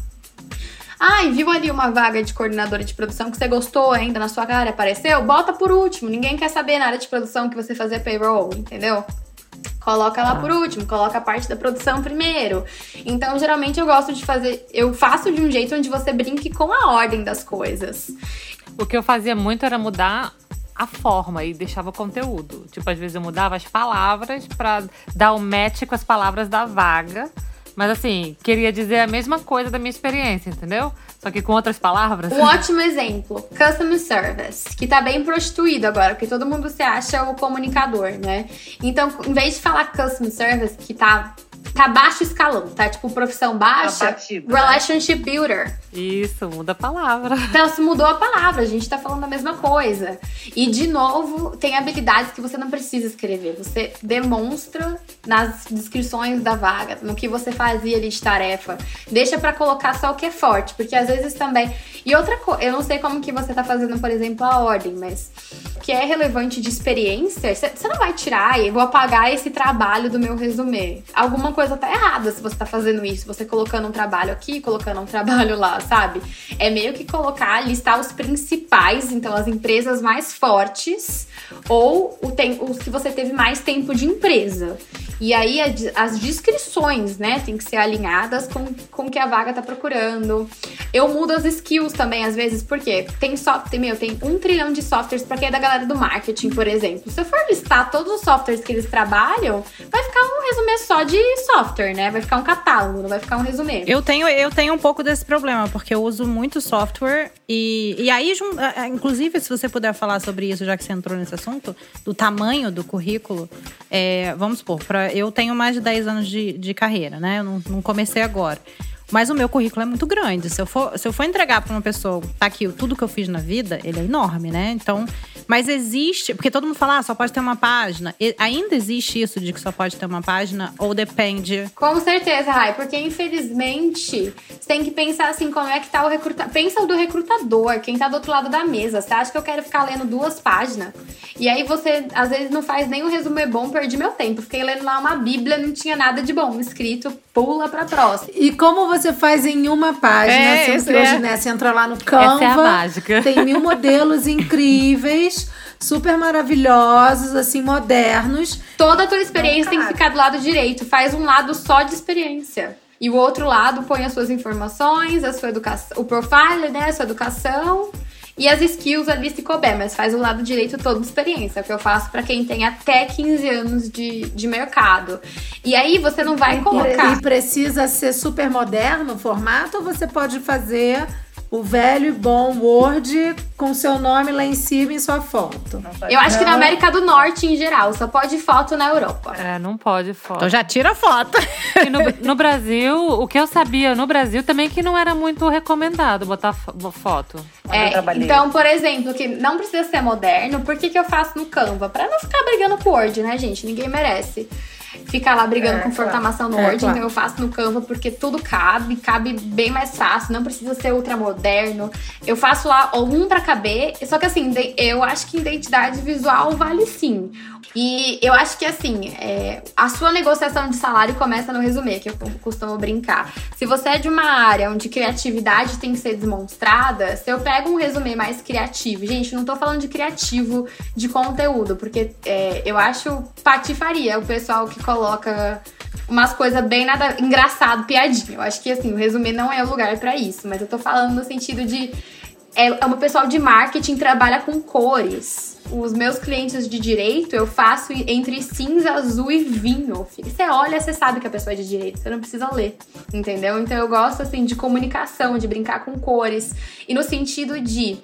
Ai, viu ali uma vaga de coordenadora de produção que você gostou ainda na sua cara, apareceu? Bota por último. Ninguém quer saber na área de produção que você fazia payroll, entendeu? Coloca lá por último, coloca a parte da produção primeiro. Então, geralmente, eu gosto de fazer... Eu faço de um jeito onde você brinque com a ordem das coisas. O que eu fazia muito era mudar a forma e deixava o conteúdo. Tipo, às vezes eu mudava as palavras pra dar o match com as palavras da vaga. Mas assim, queria dizer a mesma coisa da minha experiência, entendeu? Só que com outras palavras. Um ótimo exemplo, Customer Service, que tá bem prostituído agora, porque todo mundo se acha o comunicador, né? Então, em vez de falar Customer Service, que tá, tá baixo escalão, tá tipo profissão baixa, Abatido, Relationship né? Builder. Isso, muda a palavra. Então, se mudou a palavra, a gente tá falando a mesma coisa. E, de novo, tem habilidades que você não precisa escrever. Você demonstra nas descrições da vaga, no que você fazia ali de tarefa. Deixa pra colocar só o que é forte, porque às vezes também... E outra coisa, eu não sei como que você tá fazendo, por exemplo, a ordem, mas... O que é relevante de experiência, você não vai tirar e vou apagar esse trabalho do meu resumê. Alguma coisa tá errada se você tá fazendo isso. Você colocando um trabalho aqui, colocando um trabalho lá, sabe? É meio que colocar, listar os principais, então as empresas mais fortes ou o tem, os que você teve mais tempo de empresa. E aí as descrições, né, tem que ser alinhadas com, com o que a vaga tá procurando. Eu mudo as skills também, às vezes, porque tem software, meu, tem um trilhão de softwares pra quem é da galera do marketing, por exemplo. Se eu for listar todos os softwares que eles trabalham, vai ficar um resumê só de software, né? Vai ficar um catálogo, não vai ficar um resumê. Eu tenho, eu tenho um pouco desse problema, porque eu uso muito software e, e aí, inclusive, se você puder falar sobre isso, já que você entrou nesse assunto, do tamanho do currículo, é, vamos supor, pra, eu tenho mais de dez anos de, de carreira, né? Eu não, não comecei agora. Mas o meu currículo é muito grande. Se eu for, se eu for entregar para uma pessoa, tá aqui, tudo que eu fiz na vida, ele é enorme, né? Então, mas existe... Porque todo mundo fala, ah, só pode ter uma página. E ainda existe isso de que só pode ter uma página? Ou depende? Com certeza, Rai. Porque, infelizmente, você tem que pensar assim, como é que tá o recrutador. Pensa do recrutador, quem tá do outro lado da mesa. Você acha que eu quero ficar lendo duas páginas? E aí você, às vezes, não faz nem um resumo bom, perdi meu tempo. Fiquei lendo lá uma bíblia, não tinha nada de bom escrito, pula pra próxima. E como você Você faz em uma página, é, você, hoje, é. né, você entra lá no Canva, essa é a mágica. Tem mil modelos incríveis, super maravilhosos, assim, modernos. Toda a tua experiência tem que ficar do lado direito, faz um lado só de experiência. E o outro lado põe as suas informações, a sua educação, o profile, né, a sua educação e as skills ali se couber, mas faz o lado direito todo de experiência, é o que eu faço pra quem tem até quinze anos de, de mercado. E aí você não vai colocar... E precisa ser super moderno o formato, ou você pode fazer o velho e bom Word com seu nome lá em cima e sua foto? Eu acho que na América do Norte, em geral, só pode foto na Europa. É, não pode foto. Então já tira foto. E no, no Brasil, o que eu sabia no Brasil também que não era muito recomendado botar foto. É, então, por exemplo, que não precisa ser moderno, por que, que eu faço no Canva? Pra não ficar brigando com o Word, né, gente? Ninguém merece ficar lá brigando É, com formatação no É, Word, claro. então eu faço no Canva porque tudo cabe, cabe bem mais fácil, não precisa ser ultramoderno. Eu faço lá um pra caber, só que assim, de- eu acho que identidade visual vale sim. E eu acho que assim, é, a sua negociação de salário começa no resumê, que eu costumo brincar. Se você é de uma área onde criatividade tem que ser demonstrada, se eu pego um resumê mais criativo, gente, não tô falando de criativo de conteúdo, porque é, eu acho patifaria o pessoal que coloca umas coisas bem nada engraçado, piadinha. Eu acho que assim, o resumê não é o lugar pra isso, mas eu tô falando no sentido de é, é o pessoal de marketing trabalha com cores. Os meus clientes de direito, eu faço entre cinza, azul e vinho. Você olha, você sabe que a pessoa é de direito, você não precisa ler, entendeu? Então eu gosto, assim, de comunicação, de brincar com cores. E no sentido de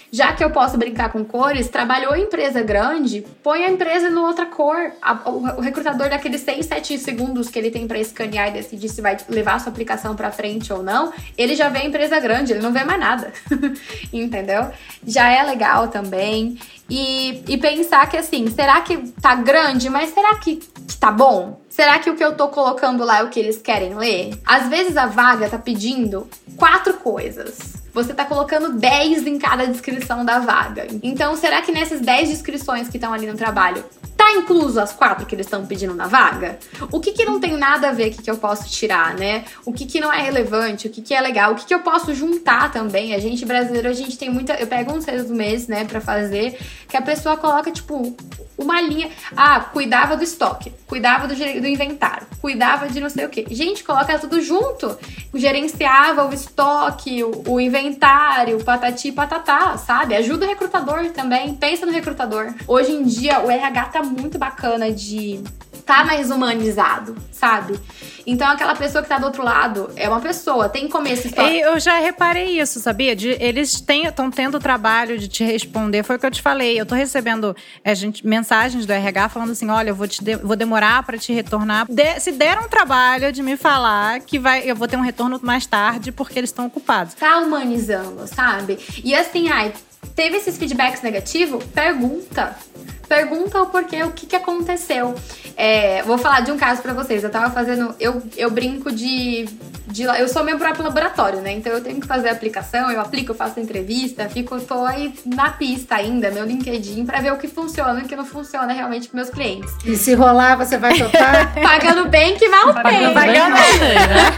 Já que eu posso brincar com cores, trabalhou em empresa grande, põe a empresa em outra cor. A, o, o recrutador, daqueles seis, sete segundos que ele tem pra escanear e decidir se vai levar a sua aplicação pra frente ou não, ele já vê a empresa grande, ele não vê mais nada. Entendeu? Já é legal também. E, e pensar que assim, será que tá grande, mas será que, que tá bom? Será que o que eu tô colocando lá é o que eles querem ler? Às vezes a vaga tá pedindo quatro coisas. Você tá colocando dez em cada descrição da vaga. Então, será que nessas dez descrições que estão ali no trabalho, tá incluso as quatro que eles estão pedindo na vaga? O que que não tem nada a ver, o que que eu posso tirar, né? O que que não é relevante, o que que é legal, o que que eu posso juntar também? A gente brasileiro, a gente tem muita... Eu pego uns seis meses, né, pra fazer, que a pessoa coloca, tipo, uma linha... Ah, cuidava do estoque, cuidava do, do inventário, cuidava de não sei o quê. Gente, coloca tudo junto. Gerenciava o estoque, o, o inventário, patati patatá, sabe? Ajuda o recrutador também, pensa no recrutador. Hoje em dia, o R H tá muito bacana de tá mais humanizado, sabe? Então, aquela pessoa que tá do outro lado é uma pessoa, tem começo e história. Eu já reparei isso, sabia? De, eles estão tendo o trabalho de te responder. Foi o que eu te falei. Eu tô recebendo é, gente, mensagens do R H falando assim, olha, eu vou, te de, vou demorar pra te retornar. De, se deram um trabalho de me falar que vai, eu vou ter um retorno mais tarde porque eles estão ocupados. Tá humanizando, sabe? E assim, ai, teve esses feedbacks negativos? Pergunta. Pergunta o porquê, o que que aconteceu. É, vou falar de um caso pra vocês. Eu tava fazendo... Eu, eu brinco de, de... Eu sou meu próprio laboratório, né? Então eu tenho que fazer a aplicação, eu aplico, eu faço entrevista, fico, tô aí na pista ainda, meu LinkedIn, pra ver o que funciona e o que não funciona realmente pros meus clientes. E se rolar, você vai tocar? Pagando bem que mal tem. Pagando bem, Pagando mal tem, né?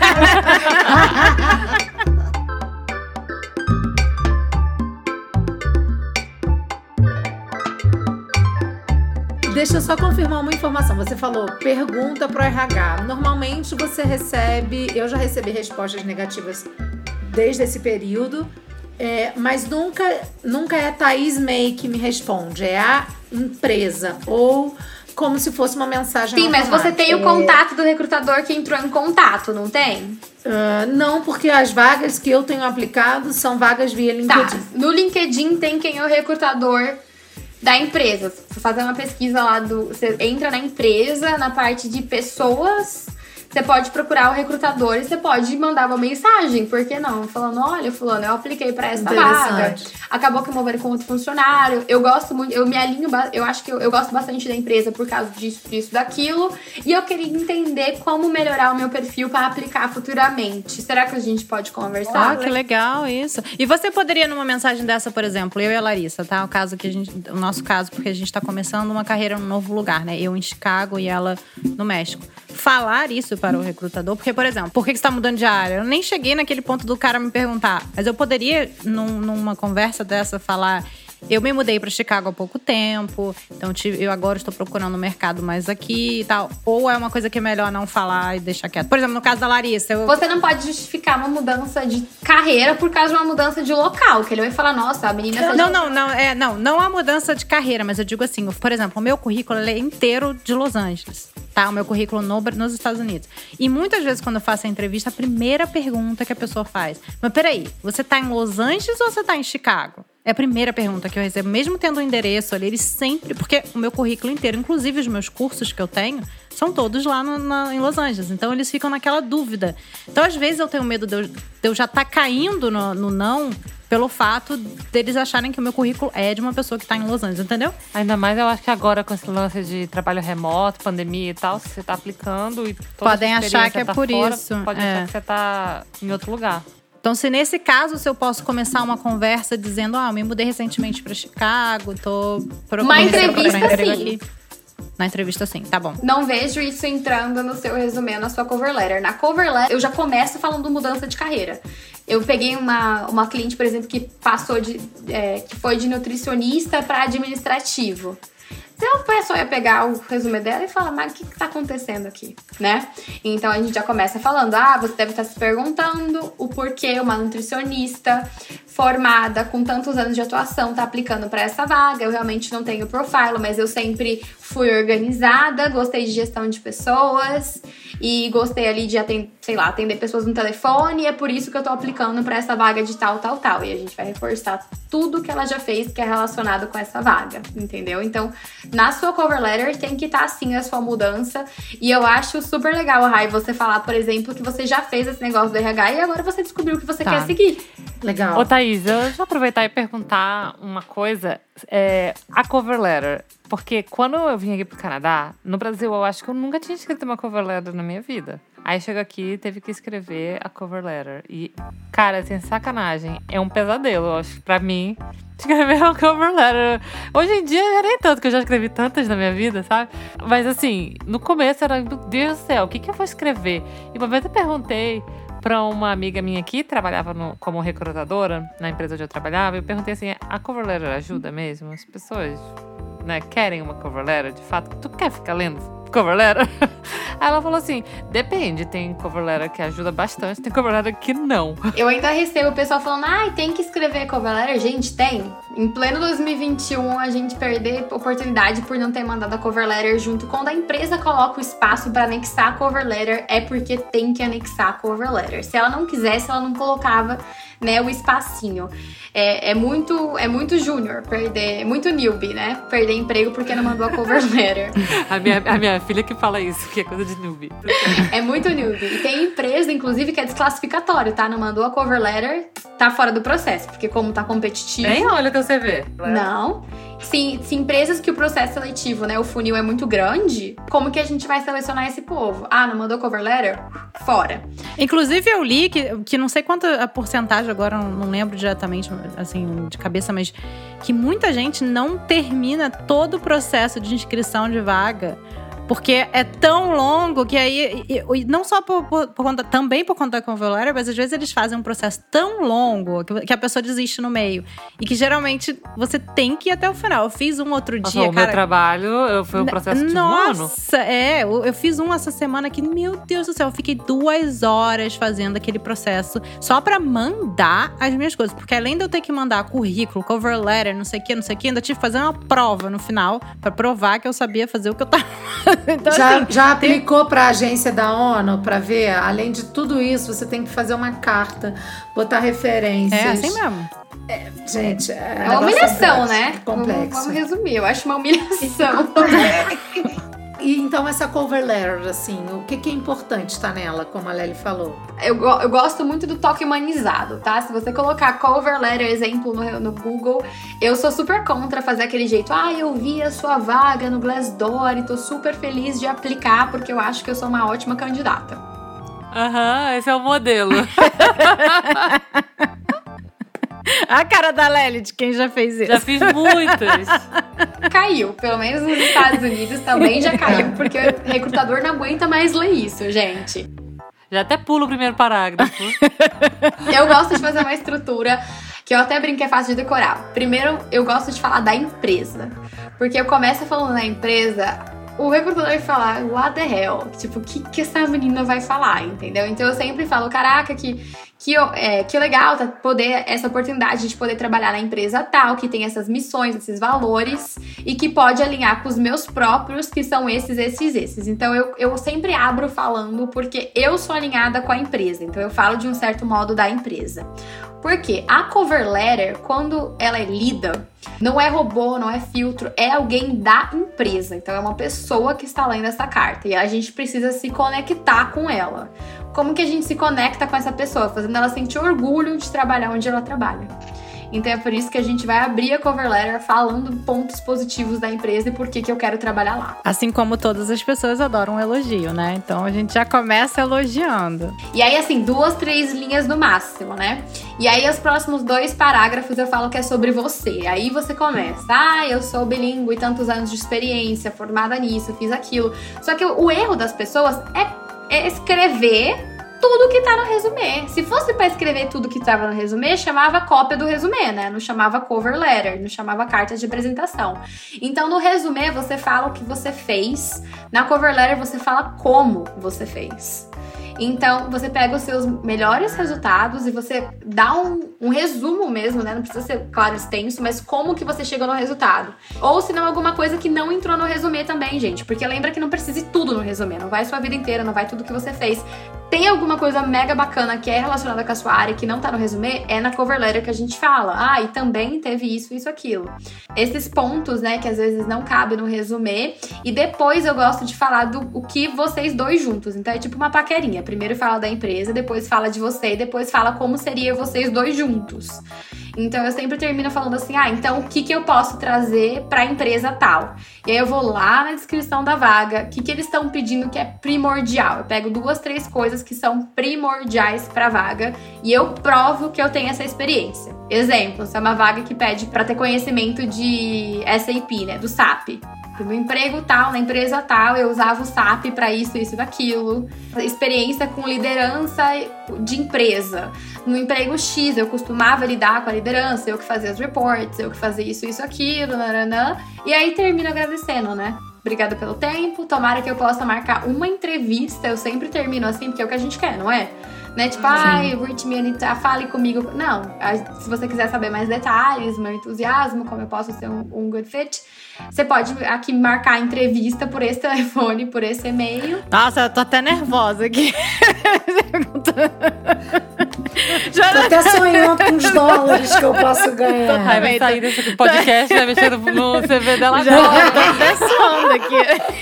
Deixa eu só confirmar uma informação. Você falou, pergunta pro R H. Normalmente você recebe... Eu já recebi respostas negativas desde esse período, é, mas nunca, nunca é a Thaís May que me responde. É a empresa. Ou como se fosse uma mensagem Sim, automática. mas você tem o contato do recrutador que entrou em contato, não tem? Uh, não, porque as vagas que eu tenho aplicado são vagas via LinkedIn. Tá, no LinkedIn tem quem é o recrutador da empresa. Você fazer uma pesquisa lá do... Você entra na empresa, na parte de pessoas, você pode procurar o recrutador e você pode mandar uma mensagem, por que não? Falando, olha, fulano, eu apliquei pra essa vaga, acabou que eu moveram com outro funcionário, eu gosto muito, eu me alinho, eu acho que eu, eu gosto bastante da empresa por causa disso, disso, daquilo, e eu queria entender como melhorar o meu perfil para aplicar futuramente. Será que a gente pode conversar? Ah, que legal isso. E você poderia, numa mensagem dessa, por exemplo, eu e a Larissa, tá? O caso que a gente, o nosso caso, porque a gente tá começando uma carreira num novo lugar, né? Eu em Chicago e ela no México. Falar isso para o recrutador, porque, por exemplo, por que você tá mudando de área? Eu nem cheguei naquele ponto do cara me perguntar, mas eu poderia, num, numa conversa dessa, falar... Eu me mudei para Chicago há pouco tempo, então tive, eu agora estou procurando um mercado mais aqui e tal. Ou é uma coisa que é melhor não falar e deixar quieto? Por exemplo, no caso da Larissa... Eu... Você não pode justificar uma mudança de carreira por causa de uma mudança de local, que ele vai falar, nossa, a menina... Não, não, não, é, não, não a mudança de carreira, mas eu digo assim, por exemplo, o meu currículo ele é inteiro de Los Angeles. Tá, o meu currículo no, nos Estados Unidos. E muitas vezes, quando eu faço a entrevista, a primeira pergunta que a pessoa faz... Mas peraí, você tá em Los Angeles ou você tá em Chicago? É a primeira pergunta que eu recebo. Mesmo tendo o um endereço ali, eles sempre... Porque o meu currículo inteiro, inclusive os meus cursos que eu tenho, são todos lá no, na, em Los Angeles. Então, eles ficam naquela dúvida. Então, às vezes, eu tenho medo de eu, de eu já estar tá caindo no, no não... Pelo fato deles acharem que o meu currículo é de uma pessoa que tá em Los Angeles, entendeu? Ainda mais eu acho que agora com esse lance de trabalho remoto, pandemia e tal, se você tá aplicando e toda podem achar que é tá por fora, isso. Pode é. achar que você tá em outro lugar. Então, se nesse caso, se eu posso começar uma conversa dizendo, ah, eu me mudei recentemente pra Chicago, tô procurando uma entrevista, emprego sim. aqui. Na entrevista, sim, tá bom. Não vejo isso entrando no seu resumê, na sua cover letter. Na cover letter, eu já começo falando mudança de carreira. Eu peguei uma, uma cliente, por exemplo, que passou de... É, que foi de nutricionista para administrativo. Então, a pessoa ia pegar o resumo dela e falar, mas o que, que tá acontecendo aqui, né? Então, a gente já começa falando, ah, você deve estar se perguntando o porquê uma nutricionista formada com tantos anos de atuação tá aplicando para essa vaga. Eu realmente não tenho profile, mas eu sempre fui organizada, gostei de gestão de pessoas e gostei ali de atender, sei lá, atender pessoas no telefone, e é por isso que eu tô aplicando pra essa vaga de tal, tal, tal. E a gente vai reforçar tudo que ela já fez que é relacionado com essa vaga, entendeu? Então, na sua cover letter tem que estar assim a sua mudança. E eu acho super legal, Rai, você falar, por exemplo, que você já fez esse negócio do R H e agora você descobriu que você tá. quer seguir. Legal. Ô, Thaís, eu vou aproveitar e perguntar uma coisa. É, a cover letter. Porque quando eu vim aqui pro Canadá, no Brasil, eu acho que eu nunca tinha escrito uma cover letter na minha vida. Aí chego aqui, teve que escrever a cover letter. E, cara, sem sacanagem, é um pesadelo, eu acho, pra mim, escrever uma cover letter. Hoje em dia, já nem tanto, que eu já escrevi tantas na minha vida, sabe? Mas, assim, no começo era, meu Deus do céu, o que, que eu vou escrever? E uma vez eu perguntei pra uma amiga minha que trabalhava no, como recrutadora, na empresa onde eu trabalhava, eu perguntei assim, a cover letter ajuda mesmo? As pessoas, né, querem uma cover letter, de fato? Tu quer ficar lendo cover letter? Aí ela falou assim, depende, tem cover letter que ajuda bastante, tem cover letter que não. Eu ainda recebo o pessoal falando, ai, ah, tem que escrever cover letter. Gente, tem. Em pleno dois mil e vinte e um, a gente perder oportunidade por não ter mandado a cover letter junto. Quando a empresa coloca o espaço para anexar a cover letter, é porque tem que anexar a cover letter. Se ela não quisesse, ela não colocava, né, o espacinho. É, é muito, é muito júnior perder, é muito newbie, né? Perder emprego porque não mandou a cover letter. a, minha, a minha filha que fala isso, que é coisa de newbie. É muito newbie. E tem empresa, inclusive, que é desclassificatório, tá? Não mandou a cover letter, tá fora do processo. Porque como tá competitivo... Nem olha teu C V. Não. Se, se empresas que o processo seletivo, né, o funil é muito grande, como que a gente vai selecionar esse povo? Ah, não mandou cover letter? Fora. Inclusive, eu li que, que não sei quanta a porcentagem, agora não, não lembro diretamente, assim, de cabeça, mas que muita gente não termina todo o processo de inscrição de vaga. Porque é tão longo que aí, e, e, não só por, por, por conta, também por conta da cover letter, mas às vezes eles fazem um processo tão longo que, que a pessoa desiste no meio. E que geralmente você tem que ir até o final. Eu fiz um outro Nossa, dia, o cara... meu trabalho eu, foi um processo de nossa, um ano. Nossa, é. Eu, eu fiz um essa semana que, meu Deus do céu, eu fiquei duas horas fazendo aquele processo só pra mandar as minhas coisas. Porque além de eu ter que mandar currículo, cover letter, não sei o que, não sei o que, ainda tive que fazer uma prova no final pra provar que eu sabia fazer o que eu tava então, já, assim, já aplicou para a agência da ONU para ver? Além de tudo isso, você tem que fazer uma carta, botar referências. É assim mesmo. É, gente, é, é uma humilhação, é né? Complexo. Vamos, vamos resumir, eu acho uma humilhação. E então essa cover letter, assim, o que, que é importante estar nela, como a Lely falou? Eu, eu gosto muito do toque humanizado, tá? Se você colocar cover letter, exemplo, no, no Google, eu sou super contra fazer aquele jeito. Ah, eu vi a sua vaga no Glassdoor e tô super feliz de aplicar porque eu acho que eu sou uma ótima candidata. Aham, uhum, esse é o modelo. A cara da Lely de quem já fez isso. Já fiz muitas. Caiu, pelo menos nos Estados Unidos também já caiu, porque o recrutador não aguenta mais ler isso, gente. Já até pulo o primeiro parágrafo. Eu gosto de fazer uma estrutura que eu até brinco que é fácil de decorar. Primeiro, eu gosto de falar da empresa, porque eu começo falando da empresa, o recrutador vai falar, what the hell? Tipo, o que, que essa menina vai falar, entendeu? Então eu sempre falo, caraca, que, que, é, que legal tá, poder, essa oportunidade de poder trabalhar na empresa tal, que tem essas missões, esses valores, e que pode alinhar com os meus próprios, que são esses, esses, esses. Então eu, eu sempre abro falando, porque eu sou alinhada com a empresa, então eu falo de um certo modo da empresa. Porque a cover letter, quando ela é lida, não é robô, não é filtro, é alguém da empresa. Então é uma pessoa que está lendo essa carta e a gente precisa se conectar com ela. Como que a gente se conecta com essa pessoa? Fazendo ela sentir orgulho de trabalhar onde ela trabalha. Então é por isso que a gente vai abrir a cover letter falando pontos positivos da empresa e por que que eu quero trabalhar lá. Assim como todas as pessoas adoram um elogio, né? Então a gente já começa elogiando. E aí, assim, duas, três linhas no máximo, né? E aí, os próximos dois parágrafos eu falo que é sobre você. Aí você começa, ah, eu sou bilíngue, tantos anos de experiência, formada nisso, fiz aquilo. Só que o erro das pessoas é, é escrever tudo que tá no resumê. Se fosse pra escrever tudo que tava no resumê, chamava cópia do resumê, né? Não chamava cover letter, não chamava carta de apresentação. Então, no resumê, você fala o que você fez. Na cover letter, você fala como você fez. Então, você pega os seus melhores resultados e você dá um, um resumo mesmo, né? Não precisa ser, claro, extenso, mas como que você chegou no resultado. Ou se não, alguma coisa que não entrou no resumê também, gente. Porque lembra que não precisa ir tudo no resumê. Não vai sua vida inteira, não vai tudo que você fez. Tem alguma coisa mega bacana que é relacionada com a sua área que não tá no resumê, é na cover letter que a gente fala. Ah, e também teve isso, isso, aquilo. Esses pontos, né, que às vezes não cabem no resumê. E depois eu gosto de falar do o que vocês dois juntos. Então é tipo uma paquerinha. Primeiro fala da empresa, depois fala de você, e depois fala como seria vocês dois juntos. Então eu sempre termino falando assim, ah, então o que, que eu posso trazer pra empresa tal? E aí eu vou lá na descrição da vaga, o que, que eles estão pedindo que é primordial. Eu pego duas, três coisas que são primordiais pra vaga e eu provo que eu tenho essa experiência. Exemplo, se é uma vaga que pede pra ter conhecimento de S A P, né, do S A P. No emprego tal, na empresa tal, eu usava o S A P pra isso, isso e daquilo. Experiência com liderança de empresa. No emprego X, eu costumava lidar com a liderança, eu que fazia os reports, eu que fazia isso, isso, aquilo, nananã. E aí termino agradecendo, né? Obrigada pelo tempo, tomara que eu possa marcar uma entrevista. Eu sempre termino assim, porque é o que a gente quer, não é? Né? Tipo, ai, reach me, Anitta, fale comigo. Não, se você quiser saber mais detalhes, meu entusiasmo, como eu posso ser um, um good fit, você pode aqui marcar a entrevista por esse telefone, por esse e-mail. Nossa, eu tô até nervosa aqui. Já tô até sonhando com os dólares que eu posso ganhar. Aí vai sair desse podcast, vai mexer no C V dela Já agora. tô até suando aqui.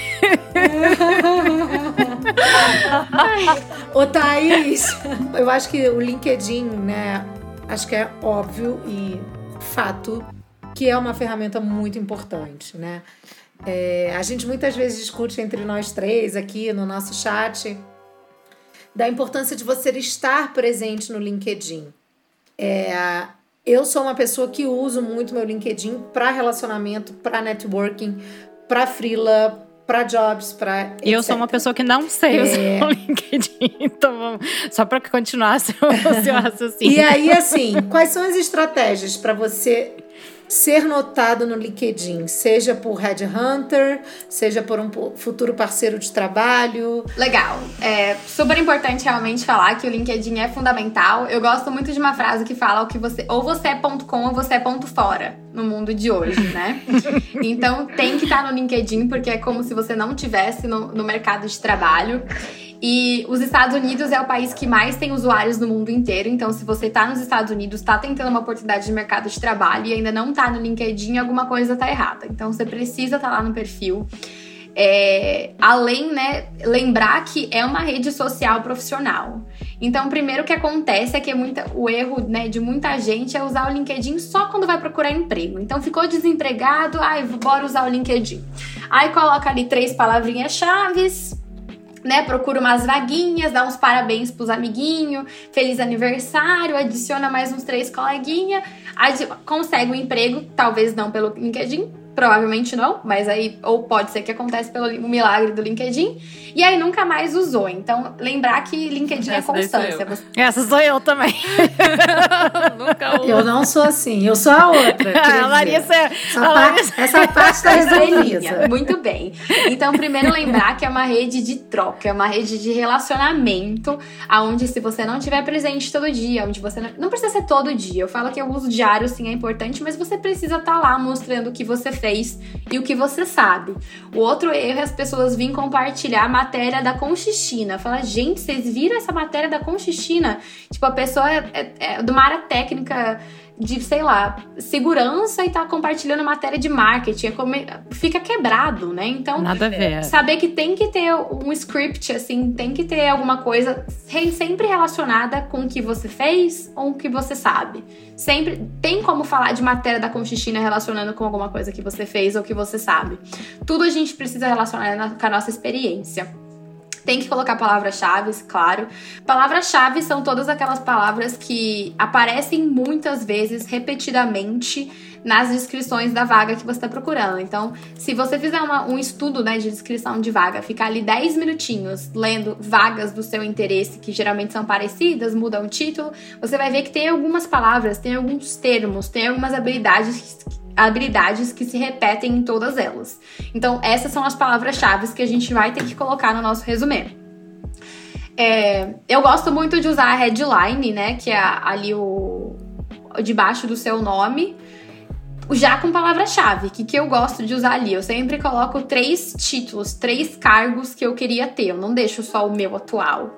Ô, Thaís, eu acho que o LinkedIn, né, acho que é óbvio e fato que é uma ferramenta muito importante, né? É, a gente muitas vezes discute entre nós três aqui no nosso chat da importância de você estar presente no LinkedIn. É, eu sou uma pessoa que uso muito meu LinkedIn para relacionamento, para networking, para freela, para jobs, para E eu sou uma pessoa que não sei É. usar o LinkedIn, então vamos, só para continuar seu, seu raciocínio. E aí, assim, quais são as estratégias para você ser notado no LinkedIn? Seja por headhunter, seja por um futuro parceiro de trabalho. Legal. É super importante realmente falar que o LinkedIn é fundamental. Eu gosto muito de uma frase que fala o que você, ou você é ponto com ou você é ponto fora no mundo de hoje, né? Então tem que estar no LinkedIn, porque é como se você não estivesse no, no mercado de trabalho. E os Estados Unidos é o país que mais tem usuários no mundo inteiro. Então, se você tá nos Estados Unidos, tá tentando uma oportunidade de mercado de trabalho e ainda não tá no LinkedIn, alguma coisa tá errada. Então, você precisa estar lá no perfil. É, além, né, lembrar que é uma rede social profissional. Então, primeiro o que acontece é que é muita, o erro, né, de muita gente é usar o LinkedIn só quando vai procurar emprego. Então, ficou desempregado, ai, bora usar o LinkedIn. Aí coloca ali três palavrinhas-chaves, né, procura umas vaguinhas, dá uns parabéns pros amiguinhos, feliz aniversário, adiciona mais uns três coleguinhas, adi- consegue um emprego, talvez não pelo LinkedIn, provavelmente não, mas aí, ou pode ser que aconteça pelo o milagre do LinkedIn, e aí nunca mais usou. Então, lembrar que LinkedIn Essa é daí sou constância. eu. Você- Essa sou eu também. Nunca Eu não sou assim, eu sou a outra. queria A Larissa, dizer. Essa, a par- Larissa- essa parte tá resolvida. Muito bem. Então, primeiro lembrar que é uma rede de troca, é uma rede de relacionamento, aonde se você não estiver presente todo dia, onde você não, não precisa ser todo dia. Eu falo que o uso diário sim é importante, mas você precisa estar lá mostrando o que você fez e o que você sabe. O outro erro é as pessoas virem compartilhar a matéria da Conchichina. Fala, gente, vocês viram essa matéria da Conchichina? Tipo, a pessoa é, é, é de uma área técnica de, sei lá, segurança e tá compartilhando matéria de marketing. É como, fica quebrado, né? Então, Nada a ver. saber que tem que ter um script, assim, tem que ter alguma coisa sempre relacionada com o que você fez ou o que você sabe. Sempre tem como falar de matéria da Conchichina relacionando com alguma coisa que você fez ou que você sabe. Tudo a gente precisa relacionar na, com a nossa experiência. Tem que colocar palavras-chave, claro. Palavras-chave são todas aquelas palavras que aparecem muitas vezes, repetidamente, nas descrições da vaga que você está procurando. Então, se você fizer uma, um estudo, né, de descrição de vaga, ficar ali dez minutinhos lendo vagas do seu interesse, que geralmente são parecidas, muda o título, você vai ver que tem algumas palavras, tem alguns termos, tem algumas habilidades que habilidades que se repetem em todas elas. Então, essas são as palavras-chave que a gente vai ter que colocar no nosso resumê. É, eu gosto muito de usar a headline, né? Que é ali o debaixo do seu nome, já com palavra-chave. O que, que eu gosto de usar ali? Eu sempre coloco três títulos, três cargos que eu queria ter. Eu não deixo só o meu atual.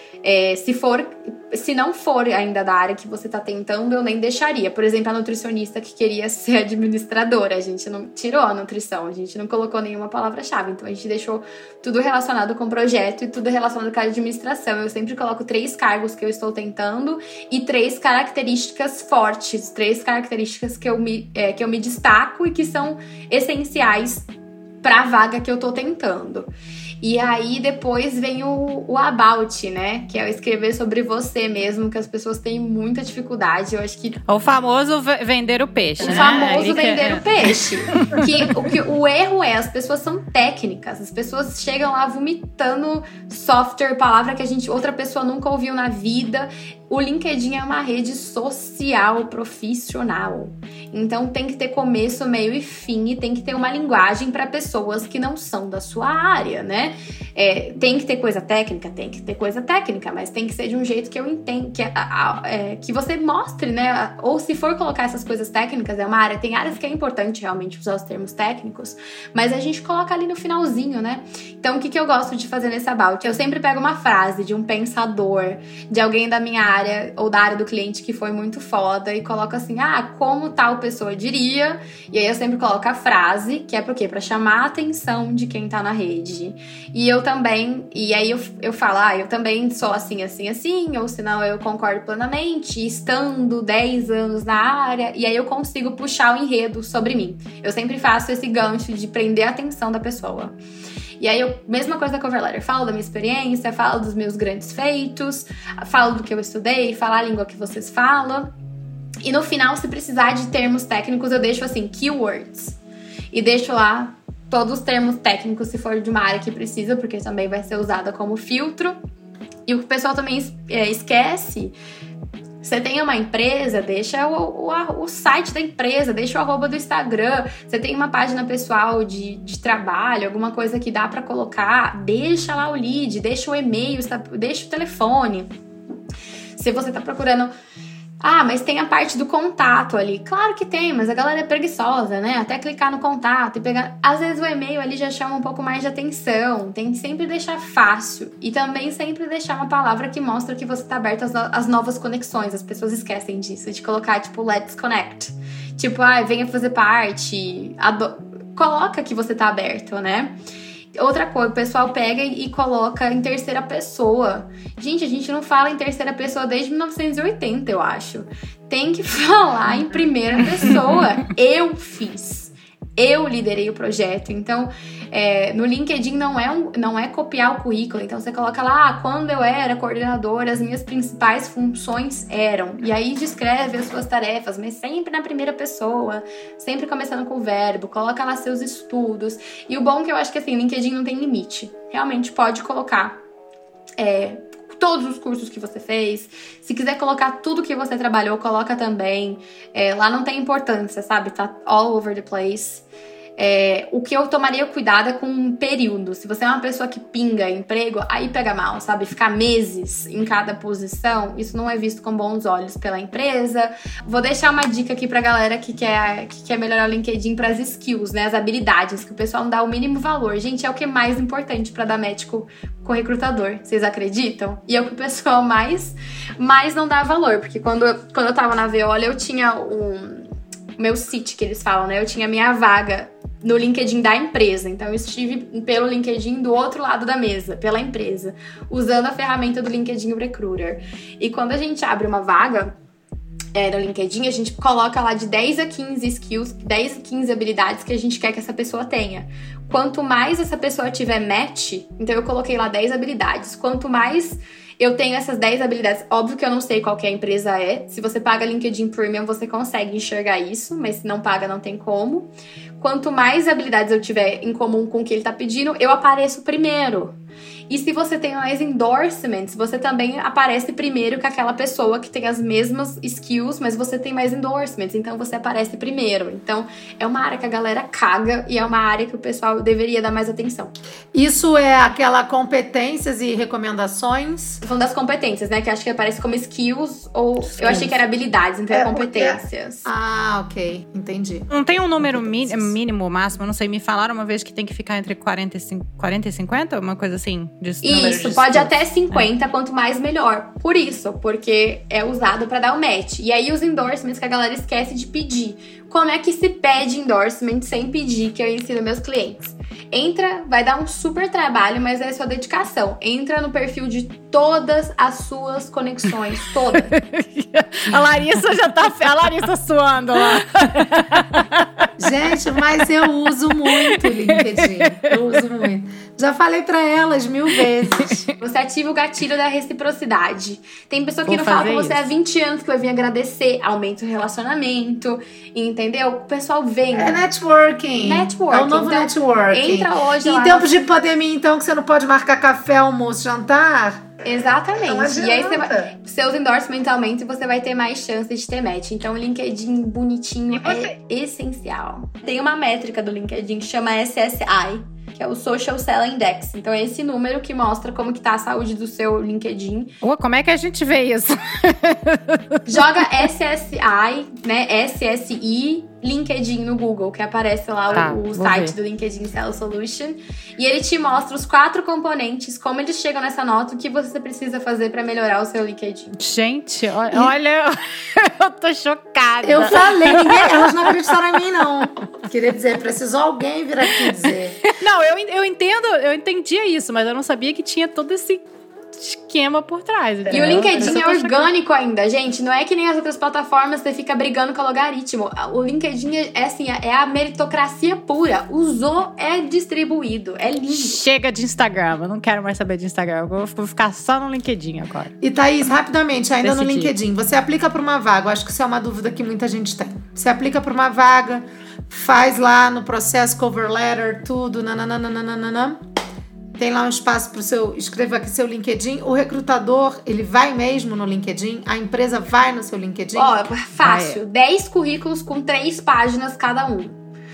É, se for, se não for ainda da área que você tá tentando, eu nem deixaria. Por exemplo, a nutricionista que queria ser administradora, a gente não tirou a nutrição, a gente não colocou nenhuma palavra-chave. Então, a gente deixou tudo relacionado com o projeto e tudo relacionado com a administração. Eu sempre coloco três cargos que eu estou tentando e três características fortes, três características que eu me, é, que eu me destaco e que são essenciais para a vaga que eu tô tentando. E aí, depois vem o, o about, né? Que é escrever sobre você mesmo, que as pessoas têm muita dificuldade. Eu acho que... O famoso vender o peixe, o né? O famoso Aí vender que... o peixe. que, o, que, o erro é, as pessoas são técnicas. As pessoas chegam lá vomitando software, palavra que a gente, outra pessoa nunca ouviu na vida. O LinkedIn é uma rede social profissional. Então, tem que ter começo, meio e fim. E tem que ter uma linguagem para pessoas que não são da sua área, né? É, tem que ter coisa técnica? Tem que ter coisa técnica. Mas tem que ser de um jeito que eu entendo. Que, a, a, é, que você mostre, né? Ou se for colocar essas coisas técnicas, é uma área... Tem áreas que é importante realmente usar os termos técnicos. Mas a gente coloca ali no finalzinho, né? Então, o que, que eu gosto de fazer nesse about? Eu sempre pego uma frase de um pensador, de alguém da minha área, área ou da área do cliente que foi muito foda e coloco assim, ah, como tal pessoa diria, e aí eu sempre coloco a frase, que é por quê? Pra chamar a atenção de quem tá na rede. E eu também, e aí eu, eu falo, ah, eu também sou assim, assim, assim, ou senão eu concordo plenamente, estando dez anos na área, e aí eu consigo puxar o enredo sobre mim. Eu sempre faço esse gancho de prender a atenção da pessoa. E aí, eu, mesma coisa da cover letter, falo da minha experiência, falo dos meus grandes feitos, falo do que eu estudei, falo a língua que vocês falam. E no final, se precisar de termos técnicos, eu deixo assim, keywords. E deixo lá todos os termos técnicos, se for de uma área que precisa, porque também vai ser usada como filtro. E o que o pessoal também é, esquece... Você tem uma empresa, deixa o, o, o site da empresa, deixa o arroba do Instagram. Você tem uma página pessoal de, de trabalho, alguma coisa que dá pra colocar, deixa lá o lead, deixa o e-mail, deixa o telefone. Se você tá procurando... Ah, mas tem a parte do contato ali. Claro que tem, mas a galera é preguiçosa, né? Até clicar no contato e pegar... Às vezes o e-mail ali já chama um pouco mais de atenção. Tem que sempre deixar fácil. E também sempre deixar uma palavra que mostra que você tá aberto às, no... às novas conexões. As pessoas esquecem disso. De colocar, tipo, let's connect. Tipo, ah, venha fazer parte. Ado... Coloca que você tá aberto, né? Outra coisa, o pessoal pega e coloca em terceira pessoa. Gente, a gente não fala em terceira pessoa desde mil novecentos e oitenta, eu acho. Tem que falar em primeira pessoa. Eu fiz. Eu liderei o projeto. Então, é, no LinkedIn não é, um, não é copiar o currículo. Então, você coloca lá, ah, quando eu era coordenadora, as minhas principais funções eram. E aí, descreve as suas tarefas, mas sempre na primeira pessoa. Sempre começando com o verbo. Coloca lá seus estudos. E o bom é que eu acho que, assim, LinkedIn não tem limite. Realmente pode colocar... É, todos os cursos que você fez. Se quiser colocar tudo que você trabalhou, coloca também. É, lá não tem importância, sabe? Tá all over the place. É, o que eu tomaria cuidado é com um período. Se você é uma pessoa que pinga emprego, aí pega mal, sabe? Ficar meses em cada posição, isso não é visto com bons olhos pela empresa. Vou deixar uma dica aqui pra galera que quer, que quer melhorar o LinkedIn pras skills, né? As habilidades, que o pessoal não dá o mínimo valor. Gente, é o que é mais importante pra dar match com, com o recrutador. Vocês acreditam? E é o que o pessoal mais, mais não dá valor. Porque quando, quando eu tava na Veolia, eu tinha um... meu seat, que eles falam, né? Eu tinha minha vaga no LinkedIn da empresa. Então, eu estive pelo LinkedIn do outro lado da mesa, pela empresa, usando a ferramenta do LinkedIn Recruiter. E quando a gente abre uma vaga é, no LinkedIn, a gente coloca lá de dez a quinze skills, dez a quinze habilidades que a gente quer que essa pessoa tenha. Quanto mais essa pessoa tiver match, então eu coloquei lá dez habilidades. Quanto mais eu tenho essas dez habilidades, óbvio que eu não sei qual que a empresa é. Se você paga LinkedIn Premium, você consegue enxergar isso, mas se não paga, não tem como. Quanto mais habilidades eu tiver em comum com o que ele tá pedindo, eu apareço primeiro. E se você tem mais endorsements, você também aparece primeiro que aquela pessoa que tem as mesmas skills, mas você tem mais endorsements, então você aparece primeiro. Então, é uma área que a galera caga e é uma área que o pessoal deveria dar mais atenção. Isso é aquela competências e recomendações? Tô falando das competências, né? Que acho que aparece como skills ou... Skills. Eu achei que era habilidades, então é, é competências. Porque... Ah, ok. Entendi. Não tem um número mínimo, máximo? Eu não sei, me falaram uma vez que tem que ficar entre quarenta e cinquenta, uma coisa assim? De Isso, pode até cinquenta, é. Quanto mais melhor. Por isso, porque é usado pra dar o match. E aí os endorsements que a galera esquece de pedir. Como é que se pede endorsement sem pedir, que eu ensino meus clientes? Entra, vai dar um super trabalho, mas é sua dedicação. Entra no perfil de todas as suas conexões, todas. A Larissa já tá... A Larissa suando lá. Gente, mas eu uso muito o LinkedIn. Eu uso muito. Já falei pra elas mil vezes. Você ativa o gatilho da reciprocidade. Tem pessoa que Vou não fala com você há vinte anos que vai vir agradecer. Aumenta o relacionamento, entendeu? O pessoal vem. É networking. Networking. É o novo então, networking. Entra hoje Em lá tempos no... de pandemia, então, que você não pode marcar café, almoço, jantar... Exatamente. E aí você vai, seus endorsements aumentam e você vai ter mais chance de ter match. Então o LinkedIn bonitinho é essencial. Tem uma métrica do LinkedIn que chama S S I, que é o Social Selling Index. Então é esse número que mostra como que tá a saúde do seu LinkedIn. Ué, como é que a gente vê isso? Joga S S I, né? S S I LinkedIn no Google, que aparece lá tá, o, o site ver. do LinkedIn Sales Solution. E ele te mostra os quatro componentes, como eles chegam nessa nota, o que você precisa fazer pra melhorar o seu LinkedIn. Gente, olha, e... olha eu tô chocada. Eu falei, ninguém, elas não acreditaram em mim, não. Queria dizer, precisou alguém vir aqui dizer. Não, eu, eu entendo, eu entendia isso, mas eu não sabia que tinha todo esse esquema por trás. Entendeu? E o LinkedIn é orgânico ainda, gente. Não é que nem as outras plataformas, você fica brigando com o logaritmo. O LinkedIn é, é assim, é a meritocracia pura. Usou, é distribuído. É lindo. Chega de Instagram. Eu não quero mais saber de Instagram. Eu vou, vou ficar só no LinkedIn agora. E Thaís, rapidamente, ainda Decidi. no LinkedIn. Você aplica para uma vaga. Eu acho que isso é uma dúvida que muita gente tem. Você aplica para uma vaga, faz lá no processo cover letter, tudo, nananana. Tem lá um espaço para o seu... Escreva aqui seu LinkedIn. O recrutador, ele vai mesmo no LinkedIn? A empresa vai no seu LinkedIn? Ó, oh, fácil. Ah, é. dez currículos com três páginas cada um.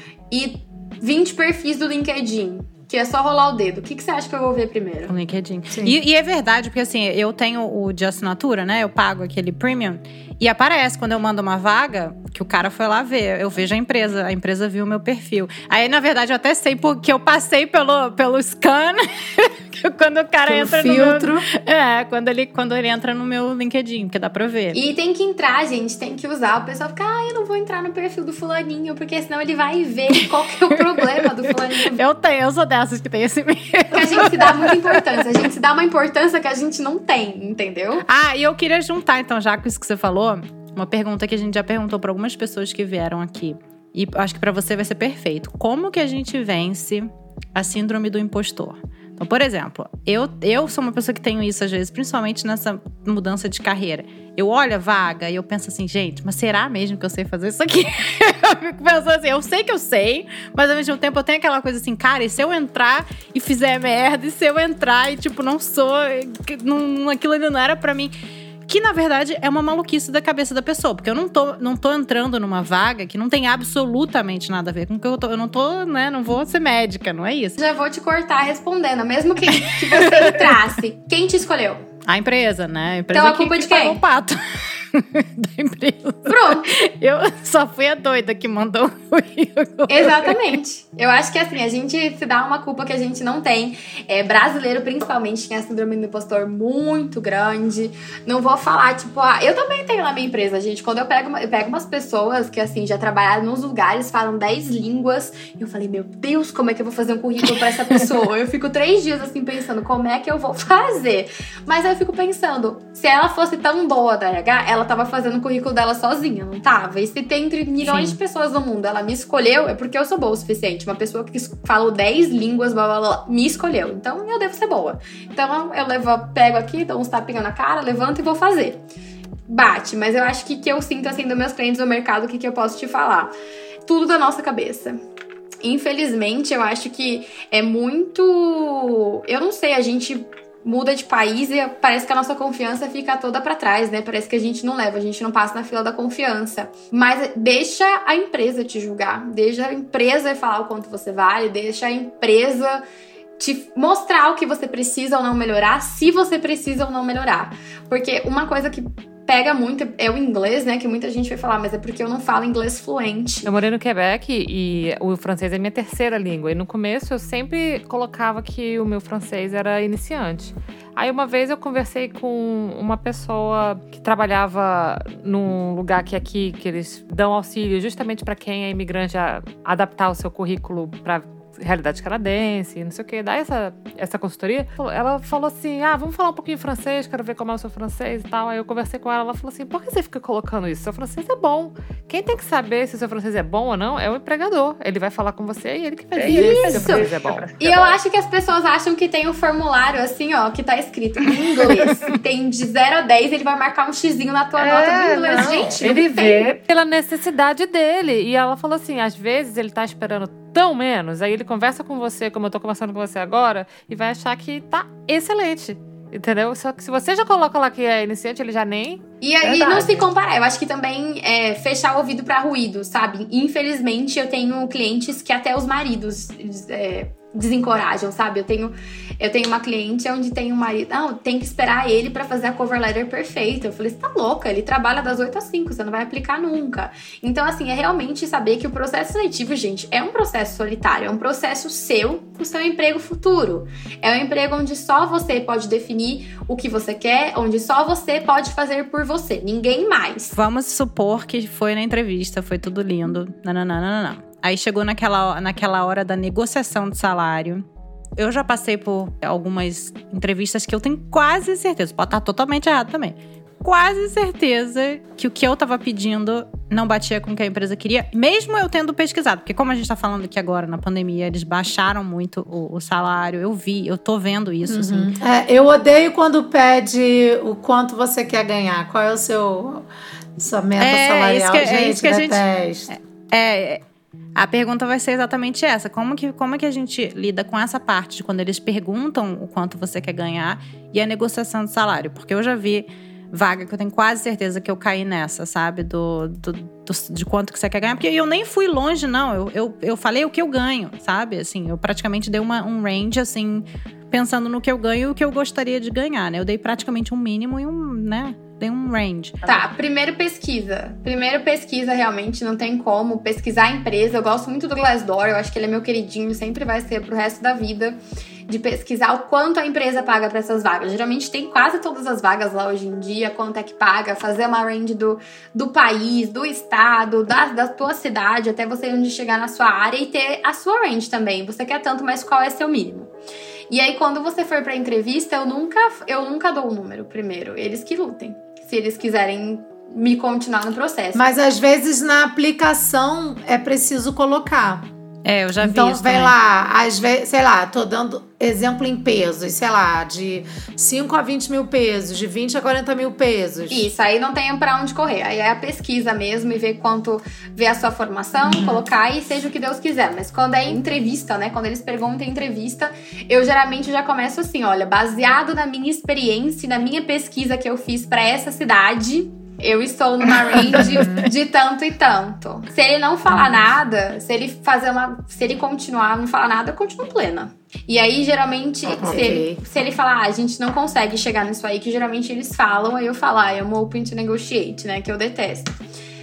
E vinte perfis do LinkedIn. Que é só rolar o dedo. O que, que você acha que eu vou ver primeiro? O LinkedIn. E, e é verdade, porque assim, eu tenho o de assinatura, né? Eu pago aquele premium. E aparece quando eu mando uma vaga, que o cara foi lá ver. Eu vejo a empresa, a empresa viu o meu perfil. Aí, na verdade, eu até sei porque eu passei pelo, pelo scan. Quando o cara pelo entra filtro. no meu... É, quando ele, quando ele entra no meu LinkedIn, porque dá pra ver. E tem que entrar, gente, tem que usar. O pessoal fica, ah, eu não vou entrar no perfil do fulaninho, porque senão ele vai ver qual que é o problema do fulaninho. Eu tenho, eu sou dessas que tem esse medo. Porque a gente se dá muita importância. A gente se dá uma importância que a gente não tem, entendeu? Ah, e eu queria juntar, então, já com isso que você falou, uma pergunta que a gente já perguntou para algumas pessoas que vieram aqui. E acho que para você vai ser perfeito. Como que a gente vence a síndrome do impostor? Então, por exemplo, eu, eu sou uma pessoa que tenho isso às vezes, principalmente nessa mudança de carreira. Eu olho a vaga e eu penso assim, gente, mas será mesmo que eu sei fazer isso aqui? Eu fico pensando assim, eu sei que eu sei, mas ao mesmo tempo eu tenho aquela coisa assim, cara, e se eu entrar e fizer merda? E se eu entrar e, tipo, não sou... Não, aquilo ainda não era pra mim... Que, na verdade, é uma maluquice da cabeça da pessoa. Porque eu não tô, não tô entrando numa vaga que não tem absolutamente nada a ver com o que eu tô. Eu não tô, né? Não vou ser médica, não é isso? Já vou te cortar respondendo. Mesmo que, que você entrasse, quem te escolheu? A empresa, né? A empresa então a que, culpa que de quem? Pagou o pato. Da empresa. Pronto. Eu só fui a doida que mandou o currículo. Exatamente. Eu acho que assim, a gente se dá uma culpa que a gente não tem. É, brasileiro, principalmente, tem a síndrome do impostor muito grande. Não vou falar, tipo, ah, eu também tenho na minha empresa, gente. Quando eu pego, uma, eu pego umas pessoas que, assim, já trabalharam nos lugares, falam dez línguas. E eu falei, meu Deus, como é que eu vou fazer um currículo pra essa pessoa? Eu fico três dias, assim, pensando, como é que eu vou fazer? Mas aí eu fico pensando, se ela fosse tão boa da R H, ela tava fazendo o currículo dela sozinha, não tava? E se tem entre milhões Sim. de pessoas no mundo, ela me escolheu, é porque eu sou boa o suficiente. Uma pessoa que falou dez línguas, blá, blá, blá, me escolheu. Então, eu devo ser boa. Então, eu levo, pego aqui, dou uns tapinhos na cara, levanto e vou fazer. Bate, mas eu acho que que eu sinto, assim, dos meus clientes no mercado, o que que eu posso te falar? Tudo da nossa cabeça. Infelizmente, eu acho que é muito... Eu não sei, a gente muda de país e parece que a nossa confiança fica toda pra trás, né? Parece que a gente não leva, a gente não passa na fila da confiança. Mas deixa a empresa te julgar, deixa a empresa falar o quanto você vale, deixa a empresa te mostrar o que você precisa ou não melhorar, se você precisa ou não melhorar. Porque uma coisa que pega muito é o inglês, né? Que muita gente vai falar, mas é porque eu não falo inglês fluente. Eu morei no Quebec e o francês é minha terceira língua. E no começo eu sempre colocava que o meu francês era iniciante. Aí uma vez eu conversei com uma pessoa que trabalhava num lugar que aqui, que eles dão auxílio justamente para quem é imigrante a adaptar o seu currículo para realidade canadense, não sei o que, daí essa, essa consultoria, ela falou assim, ah, vamos falar um pouquinho de francês, quero ver como é o seu francês e tal. Aí eu conversei com ela, ela falou assim, por que você fica colocando isso? Seu francês é bom. Quem tem que saber se o seu francês é bom ou não é o empregador. Ele vai falar com você e ele que vai dizer se o seu francês é bom. E eu acho que as pessoas acham que tem um formulário assim, ó, que tá escrito em inglês. Tem de zero a dez, ele vai marcar um xizinho na tua é, nota do inglês. Não. Gente, ele vê pela necessidade dele. E ela falou assim, às vezes ele tá esperando tão menos, aí ele conversa com você, como eu tô conversando com você agora, e vai achar que tá excelente, entendeu? Só que se você já coloca lá que é iniciante, ele já nem... E aí não se comparar, eu acho que também é fechar o ouvido pra ruído, sabe? Infelizmente, eu tenho clientes que até os maridos é, desencorajam, sabe? Eu tenho, eu tenho uma cliente onde tem um marido, não, tem que esperar ele pra fazer a cover letter perfeita. Eu falei, você tá louca? Ele trabalha das oito às cinco, você não vai aplicar nunca. Então, assim, é realmente saber que o processo seletivo, gente, é um processo solitário, é um processo seu pro seu emprego futuro. É um emprego onde só você pode definir o que você quer, onde só você pode fazer por você, ninguém mais. Vamos supor que foi na entrevista, foi tudo lindo, nananana. Aí chegou naquela, naquela hora da negociação de salário. Eu já passei por algumas entrevistas que eu tenho quase certeza, pode estar totalmente errado também, quase certeza que o que eu tava pedindo não batia com o que a empresa queria, mesmo eu tendo pesquisado. Porque como a gente tá falando aqui agora, na pandemia, eles baixaram muito o, o salário. Eu vi, eu tô vendo isso, uhum. assim. É, eu odeio quando pede o quanto você quer ganhar. Qual é o seu sua meta é, salarial? Isso que, gente, é isso que a gente... É, é, a pergunta vai ser exatamente essa. Como que, como que a gente lida com essa parte de quando eles perguntam o quanto você quer ganhar e a negociação de salário? Porque eu já vi vaga que eu tenho quase certeza que eu caí nessa, sabe? Do, do, do, de quanto que você quer ganhar. Porque eu nem fui longe, não. Eu, eu, eu falei o que eu ganho, sabe? Assim, eu praticamente dei uma, um range, assim, pensando no que eu ganho e o que eu gostaria de ganhar, né? Eu dei praticamente um mínimo e um, né? Dei um range. Tá, primeiro pesquisa. Primeiro pesquisa, realmente, não tem como. Pesquisar a empresa. Eu gosto muito do Glassdoor. Eu acho que ele é meu queridinho. Sempre vai ser pro resto da vida. De pesquisar o quanto a empresa paga para essas vagas. Geralmente tem quase todas as vagas lá hoje em dia, quanto é que paga, fazer uma range do, do país, do estado, da, da tua cidade, até você onde chegar na sua área e ter a sua range também. Você quer tanto, mas qual é seu mínimo? E aí, quando você for pra entrevista, eu nunca, eu nunca dou o número primeiro. Eles que lutem, se eles quiserem me continuar no processo. Mas às vezes na aplicação é preciso colocar. É, eu já vi então, isso vem também. lá, às vezes, sei lá, tô dando exemplo em pesos, sei lá, de cinco a vinte mil pesos, de vinte a quarenta mil pesos. Isso, aí não tem pra onde correr. Aí é a pesquisa mesmo e ver quanto, ver a sua formação, uhum. colocar e seja o que Deus quiser. Mas quando é entrevista, né, quando eles perguntam em entrevista, eu geralmente já começo assim, olha, baseado na minha experiência e na minha pesquisa que eu fiz pra essa cidade, eu estou numa range de tanto e tanto. Se ele não falar nada, se ele fazer uma. Se ele continuar, não falar nada, eu continuo plena. E aí, geralmente, okay. se, ele, se ele falar, ah, a gente não consegue chegar nisso aí, que geralmente eles falam, aí eu falo, ah, I'm open to negotiate, né? Que eu detesto.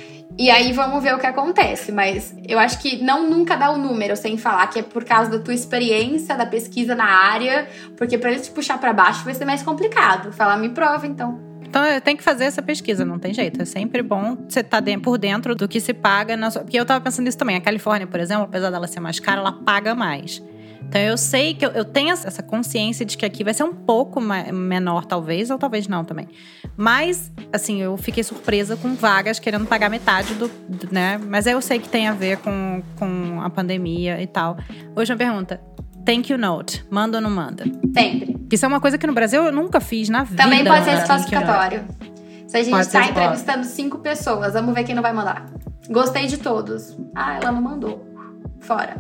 E aí vamos ver o que acontece. Mas eu acho que não nunca dá o número sem falar que é por causa da tua experiência, da pesquisa na área, porque pra eles te puxar pra baixo vai ser mais complicado. Falar, me prova, então. Então, tem que fazer essa pesquisa, não tem jeito. É sempre bom você estar tá por dentro do que se paga. Na sua... Porque eu tava pensando nisso também. A Califórnia, por exemplo, apesar dela ser mais cara, ela paga mais. Então, eu sei que eu, eu tenho essa consciência de que aqui vai ser um pouco menor, talvez, ou talvez não também. Mas, assim, eu fiquei surpresa com vagas querendo pagar metade do, do né? Mas eu sei que tem a ver com, com a pandemia e tal. Hoje uma pergunta. Thank you note. Manda ou não manda? Sempre. Isso é uma coisa que no Brasil eu nunca fiz na vida. Também pode ser desclassificatório. Se a gente pode está entrevistando cinco pessoas, vamos ver quem não vai mandar. Gostei de todos. Ah, ela não mandou. Fora.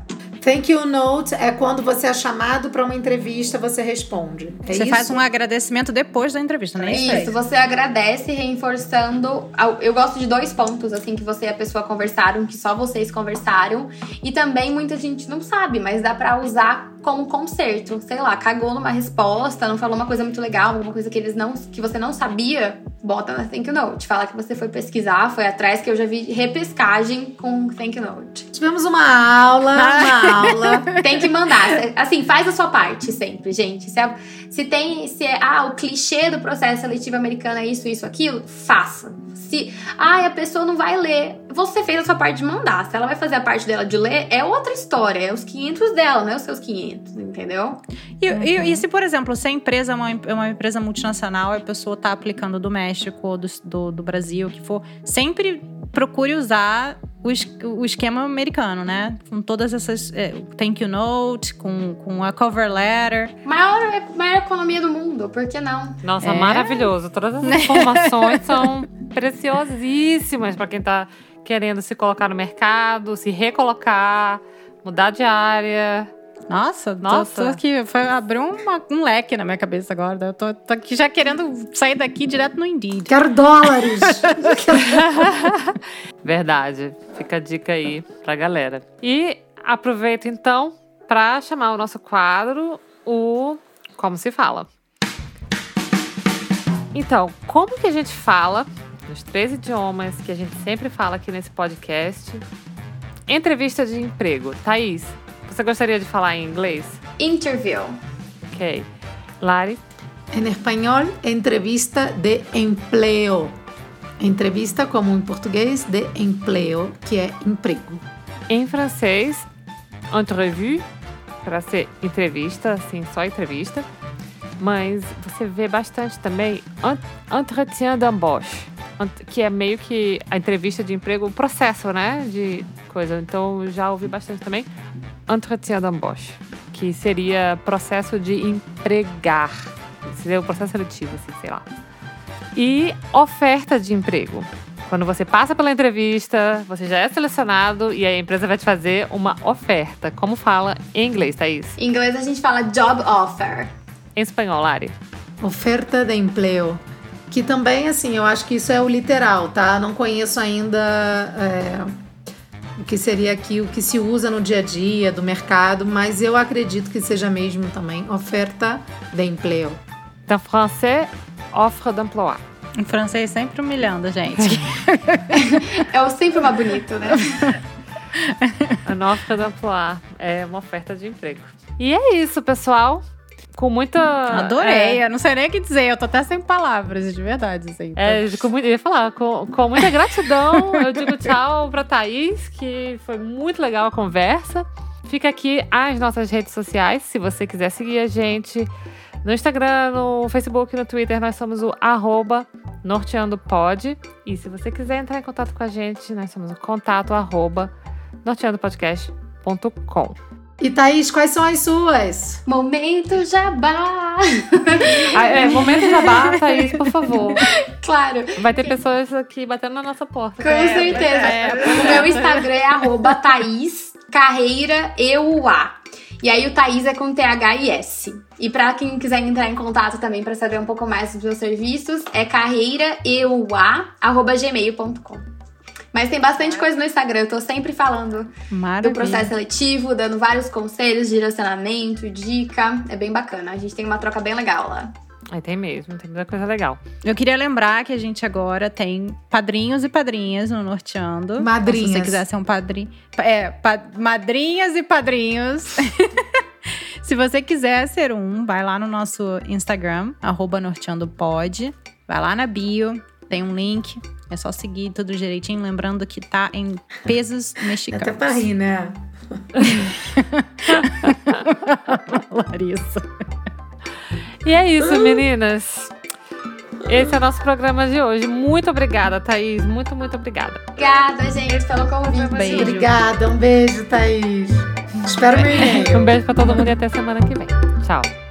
Thank you note é quando você é chamado para uma entrevista, você responde. É você isso? faz um agradecimento depois da entrevista, não é isso? Isso, você agradece reforçando. Eu gosto de dois pontos, assim, que você e a pessoa conversaram, que só vocês conversaram. E também muita gente não sabe, mas dá pra usar como conserto. Sei lá, cagou numa resposta, não falou uma coisa muito legal, alguma coisa que eles não, que você não sabia, bota na thank you note. Fala que você foi pesquisar, foi atrás, que eu já vi repescagem com thank you note. Tivemos uma aula, uma aula. Tem que mandar. Assim, faz a sua parte sempre, gente. Se, é, se tem, se é, ah, o clichê do processo seletivo americano é isso, isso, aquilo, faça. Se, ah, a pessoa não vai ler, você fez a sua parte de mandar. Se ela vai fazer a parte dela de ler, é outra história. É os quinhentos dela, não é os seus quinhentos, entendeu? E, uhum. e, e se, por exemplo, se a empresa é uma, uma empresa multinacional e a pessoa tá aplicando do México ou do, do, do Brasil, o que for, sempre procure usar o, es, o esquema americano, né? Com todas essas é, thank you note, com, com a cover letter. Maior, maior economia do mundo, por que não? Nossa, É. maravilhoso. Todas as informações são preciosíssimas para quem tá querendo se colocar no mercado, se recolocar, mudar de área. Nossa, Nossa. Tô, tô aqui, foi, abriu uma, um leque na minha cabeça agora. Eu tô, tô aqui já querendo sair daqui direto no Indeed. Quero dólares. Verdade. Fica a dica aí pra galera. E aproveito então pra chamar o nosso quadro, o Como se Fala. Então, como que a gente fala nos três idiomas que a gente sempre fala aqui nesse podcast? Entrevista de emprego. Thaís, você gostaria de falar em inglês? Interview. Ok. Lari? En español, entrevista de empleo. Entrevista, como em português, de empleo, que é emprego. Em francês, entrevue, para ser entrevista, assim, só entrevista. Mas você vê bastante também entretien d'embauche, que é meio que a entrevista de emprego, o processo, né, de coisa. Então, eu já ouvi bastante também entretien d'embauche, que seria processo de empregar. Seria o processo seletivo, assim, sei lá. E oferta de emprego. Quando você passa pela entrevista, você já é selecionado e a empresa vai te fazer uma oferta. Como fala em inglês, Thaís? Em inglês a gente fala job offer. Em espanhol, Lari? Oferta de empleo. Que também, assim, eu acho que isso é o literal, tá? Não conheço ainda é, o que seria aqui, o que se usa no dia a dia do mercado, mas eu acredito que seja mesmo também oferta de empleo. Então, francês, offre d'emploi. Em francês sempre humilhando, gente. É o sempre mais bonito, né? A offre d'emploi é uma oferta de emprego. E é isso, pessoal. Com muita... Adorei, É, eu não sei nem o que dizer, eu tô até sem palavras, de verdade. Assim, é, com, muito- eu ia falar, com, com muita gratidão, eu digo tchau pra Thaís, que foi muito legal a conversa. Fica aqui as nossas redes sociais, se você quiser seguir a gente no Instagram, no Facebook, no Twitter, nós somos o arroba norteandopod. E se você quiser entrar em contato com a gente, nós somos o contato arroba norteandopodcast ponto com. E Thaís, quais são as suas? Momento jabá. Ah, é, momento jabá, Thaís, por favor. Claro. Vai ter pessoas aqui batendo na nossa porta. Com certeza. O meu Instagram é arroba Thaís Carreira E U A. E aí o Thaís é com T H I S. E pra quem quiser entrar em contato também pra saber um pouco mais dos meus serviços, é carreiraeua arroba gmail ponto com. Mas tem bastante coisa no Instagram, eu tô sempre falando Maravilha. do processo seletivo, dando vários conselhos, direcionamento, dica. É bem bacana, a gente tem uma troca bem legal lá. Aí tem mesmo, tem muita coisa legal. Eu queria lembrar que a gente agora tem padrinhos e padrinhas no Norteando. Madrinhas. Então, se você quiser ser um padrinho... É, pa- madrinhas e padrinhos. Se você quiser ser um, vai lá no nosso Instagram, arroba norteandopod. Vai lá na bio, tem um link. É só seguir tudo direitinho. Lembrando que tá em pesos mexicanos. Até pra rir, né? Larissa. E é isso, meninas. Esse é o nosso programa de hoje. Muito obrigada, Thaís. Muito, muito obrigada. Obrigada, gente, pelo convite. Beijo. Obrigada, um beijo, Thaís. Espero meu e-mail. Um beijo pra todo mundo e até semana que vem. Tchau.